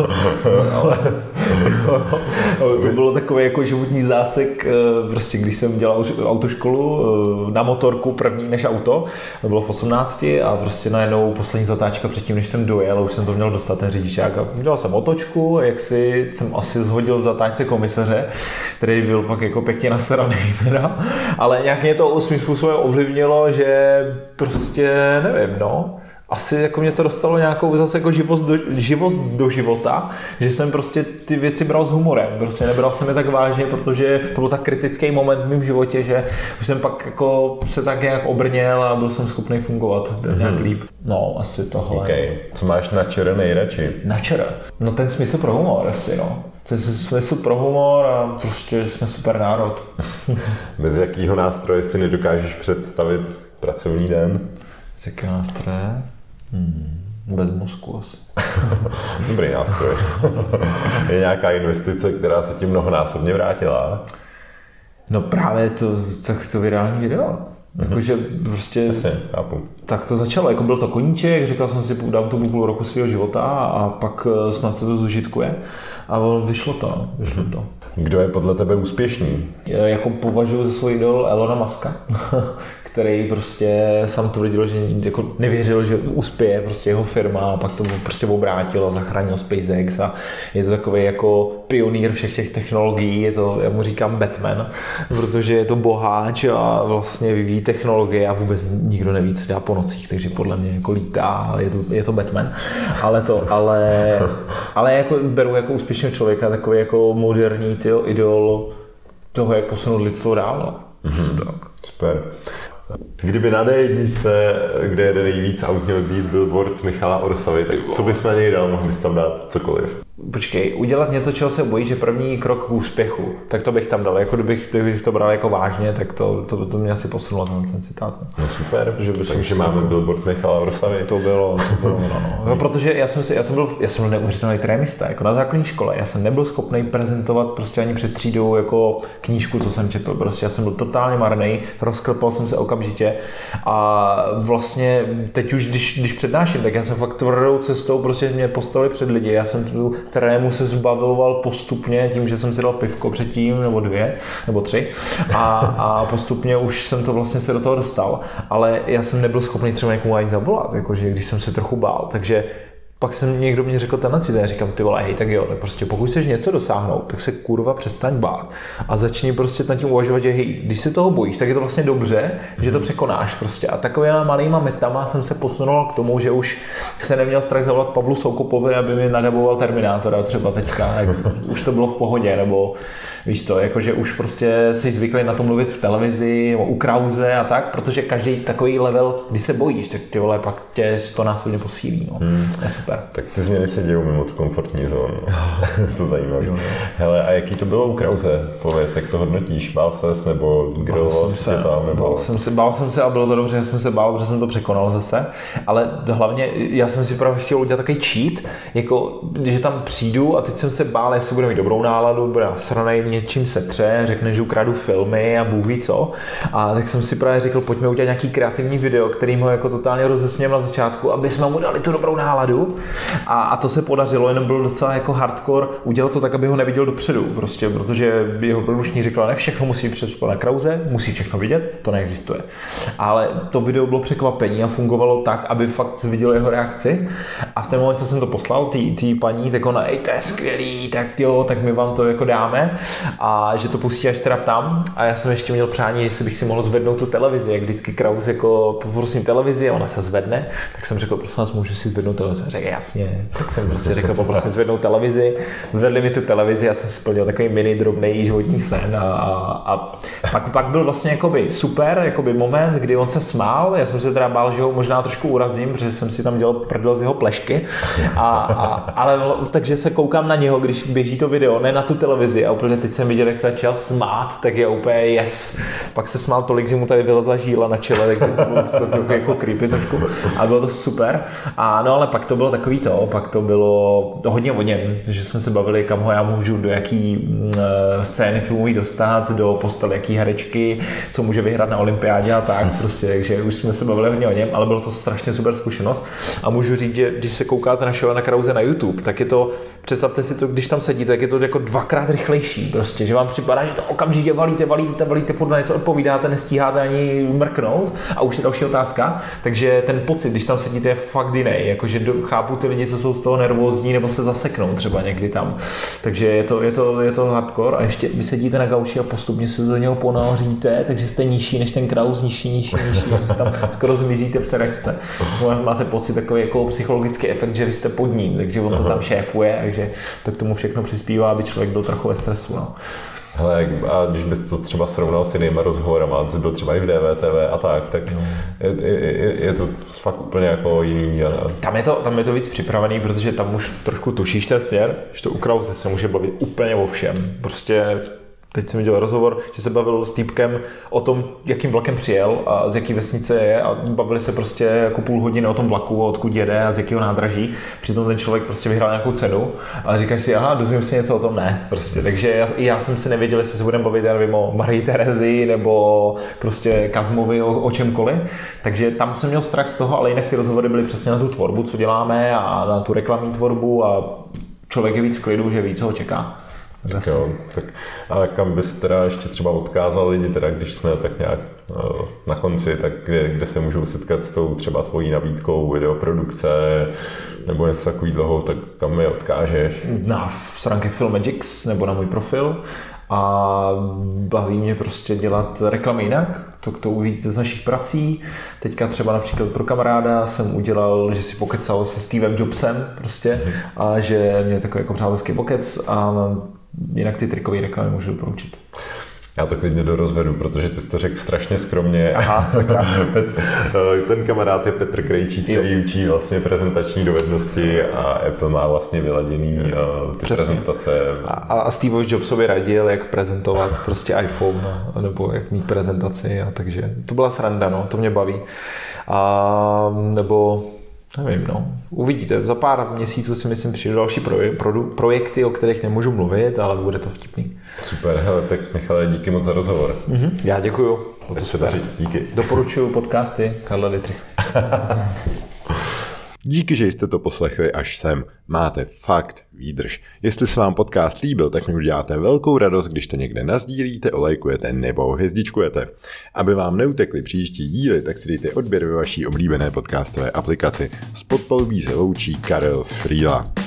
To bylo takový jako životní zásek, prostě když jsem dělal autoškolu na motorku první než auto, to bylo v 18 a prostě najednou poslední zatáčka předtím, než jsem dojel, už jsem to měl dostat ten řidičák a udělal jsem otočku, jak si jsem asi zhodil v zatáčce komisaře, který byl pak jako pěkně nasraný teda, ale nějak mě to svým způsobem ovlivnilo, že prostě nevím, no. Asi jako mě to dostalo nějakou zase jako živost do života, že jsem prostě ty věci bral s humorem. Prostě nebral jsem je tak vážně, protože to byl tak kritický moment v mém životě, že už jsem pak jako se tak nějak obrněl a byl jsem schopný fungovat nějak líp. No, asi tohle. Okay. Co máš na ČR nejradši? Na ČR? No ten smysl pro humor asi, no. To je smysl pro humor a prostě jsme super národ. Bez jakého nástroje si nedokážeš představit pracovní den? Z jakého nástroje? Bez mozku asi. Dobrý nástroj. Je nějaká investice, která se ti mnohonásobně vrátila? No právě to virální video. Jakože prostě Jasně, chápu. Tak to začalo, jako byl to koníček, říkal jsem si, dám to půl roku svého života a pak snad se to zužitkuje a vyšlo to. Kdo je podle tebe úspěšný? Jako považuji za svůj idol Elona Muska, který prostě sám tvrdil, že jako nevěřil, že uspěje prostě jeho firma a pak to prostě obrátil a zachránil SpaceX a je to takový jako pionýr všech těch technologií, je to, já mu říkám Batman, protože je to boháč a vlastně vyvíjí technologie a vůbec nikdo neví, co dělá po nocích, takže podle mě jako lítá a je to Batman, ale jako beru jako úspěšného člověka, takový jako moderní idol toho, jak posunout lidstvo dál. Super. Kdyby na D1, kde jede nejvíc aut, měl být billboard Michala Orsavy, tak co bys na něj dal? Mohl bys tam dát cokoliv? Počkej, udělat něco, čeho se bojíš, že první krok k úspěchu, tak to bych tam dal. Jako kdybych to bral jako vážně, tak to mě asi posunulo ten citát. No super, takže máme billboard Michala Orsavy. To bylo no. Protože já jsem byl neuvěřitelný trémista. Jako na základní škole já jsem nebyl schopný prezentovat prostě ani před třídou jako knížku, co jsem četl. Prostě já jsem byl totálně marný, rozklepal jsem se okamžitě a vlastně teď už, když přednáším, tak já jsem fakt tvrdou cestou, prostě mě postavili před lidi. Já jsem tu trému se zbavoval postupně tím, že jsem si dal pivko předtím, nebo 2, nebo 3 a postupně už jsem to vlastně se do toho dostal, ale já jsem nebyl schopný třeba někomu ani zavolat, jakože když jsem se trochu bál, takže pak někdo mě řekl tenhle citát, já říkám, ty vole, hej, tak jo, tak prostě pokud chceš něco dosáhnout, tak se kurva přestaň bát a začni prostě nad tím uvažovat, že hej, když se toho bojíš, tak je to vlastně dobře, že to překonáš prostě a takovými malýma metama jsem se posunul k tomu, že už se neměl strach zavolat Pavlu Soukupovi, aby mi nadaboval Terminátora třeba teďka, už to bylo v pohodě, nebo víš to, jakože už prostě jsi zvyklý na to mluvit v televizi, nebo u Krause a tak, protože každý takový level, když se bojíš, tak ty vole, pak tě 100násobně posílí, no. Je super. Tak ty změny se dějou mimo tu komfortní zónu. To zajímavé. Hele, a jaký to bylo u Krause? Pověz, jak to hodnotíš? Bál ses nebo griloval jsi tam? Nebo... Bál jsem se a bylo to dobře, že jsem se bál, protože jsem to překonal zase. Ale hlavně já jsem si právě chtěl udělat takový cheat, jako že tam přijdu a teď jsem se bál, jestli bude mít dobrou náladu, bude nasranej, něčím se tře, řekne, že ukradu filmy a Bůh ví co. A tak jsem si právě řekl, pojďme udělat nějaký kreativní video, který ho jako totálně rozesměl na začátku, aby jsme mu dali tu dobrou náladu. A to se podařilo, jenom byl docela jako hardcore udělat to tak, aby ho neviděl dopředu, prostě, protože jeho produční řekla, ne všechno musí přes pana Krause, musí všechno vidět, to neexistuje. Ale to video bylo překvapení a fungovalo tak, aby fakt viděl jeho reakci. A v ten moment, co jsem to poslal tý paní, tak ona, to je skvělý, tak jo, tak my vám to jako dáme a že to pustí až teda tam. A já jsem ještě měl přání, jestli bych si mohl zvednout tu televizi, jak vždycky Krause jako poprosím televizi a ona se zvedne, tak jsem řekl, prosím vás, můžu si zvednout televizi. Řekl, jasně, tak jsem prostě řekl, poprosím zvednout televizi, zvedli mi tu televizi, já jsem splnil takový mini drobný životní sen a pak byl vlastně jakoby super jakoby moment, kdy on se smál, já jsem se teda bál, že ho možná trošku urazím, protože jsem si tam dělal prdel z jeho plešky, ale takže se koukám na něho, když běží to video, ne na tu televizi a úplně teď jsem viděl, jak se začal smát, tak je úplně yes. Pak se smál tolik, že mu tady vylezla žíla na čele, takže to bylo jako creepy trošku a bylo to super. A no ale pak to bylo takový to, pak to bylo hodně o něm, že jsme se bavili, kam ho já můžu do jaký scény filmový dostat, do postel jaký herečky, co může vyhrát na olympiádě a tak prostě, takže už jsme se bavili hodně o něm, ale bylo to strašně super zkušenost a můžu říct, že když se koukáte na Ševana Krause na YouTube, tak je to, představte si to, když tam sedíte, tak je to jako dvakrát rychlejší prostě, že vám připadá, že to okamžitě valíte, furt na něco odpovídáte, nestíháte ani mrknout a už je další otázka, takže ten pocit, když tam sedíte, je fakt jiný, jakože chápu ty lidi, co jsou z toho nervózní nebo se zaseknou třeba někdy tam, takže je to hardcore a ještě vy sedíte na gauči a postupně se do něho ponoříte, takže jste nižší než ten Kraus, nižší, že tam skoro zmizíte v sedačce. Máte pocit takový jako psychologický efekt, že vy jste pod ním, takže on to tam šéfuje, takže to k tomu všechno přispívá, aby člověk byl trochu ve stresu. No. Hele, a když bys to třeba srovnal s jinýma rozhovorama, jsi byl třeba i v DVTV a tak je to fakt úplně jako jiný. Tam je to víc připravený, protože tam už trošku tušíš ten směr, že to u Krause se může bavit úplně o všem. Prostě teď jsem viděl rozhovor, že se bavil s týpkem o tom, jakým vlakem přijel a z jaký vesnice je a bavili se prostě jako půl hodiny o tom vlaku, odkud jede a z jakého nádraží. Přitom ten člověk prostě vyhrál nějakou cenu a říkáš si, aha, dozvím si něco o tom, ne. Prostě. Takže já jsem si nevěděl, jestli se budeme bavit, já nevím, o Marii Terezi nebo prostě Kazmovi, o čemkoliv. Takže tam jsem měl strach z toho, ale jinak ty rozhovory byly přesně na tu tvorbu, co děláme a na tu reklamní tvorbu a člověk je víc v klidu, že ví, co ho čeká. Tak jo, tak a kam bys teda ještě třeba odkázal lidi, teda když jsme tak nějak na konci, tak kde se můžou setkat s tou třeba tvojí nabídkou videoprodukce nebo něco takový dlouho, tak kam je odkážeš? Na stránky Filmagics nebo na můj profil a baví mě prostě dělat reklamy jinak, to uvidíte z našich prací. Teďka třeba například pro kamaráda jsem udělal, že si pokecal se Stevem Jobsem prostě a že mě takový jako přátelský pokec a jinak ty trikové reklamy můžu doporučit. Já to klidně dorozvedu, protože ty jsi to řekl strašně skromně. Aha, ten kamarád je Petr Krejčí, který učí vlastně prezentační dovednosti a Apple má vlastně vyladěný ty prezentace. A Steve Jobsovi radil, jak prezentovat prostě iPhone, nebo jak mít prezentaci, a takže to byla sranda, no, to mě baví. A nebo nevím, no. Uvidíte, za pár měsíců si myslím přijdu další projekty, o kterých nemůžu mluvit, ale bude to vtipný. Super, hele, tak Michale, díky moc za rozhovor. Já děkuju. To super. Díky. Doporučuju podcasty Karla Dittrich. Díky, že jste to poslechli až sem. Máte fakt výdrž. Jestli se vám podcast líbil, tak mi uděláte velkou radost, když to někde nazdílíte, olajkujete nebo hvězdičkujete. Aby vám neutekly příští díly, tak si dejte odběr ve vaší oblíbené podcastové aplikaci. Z podpalubí se loučí Karel z Frýla.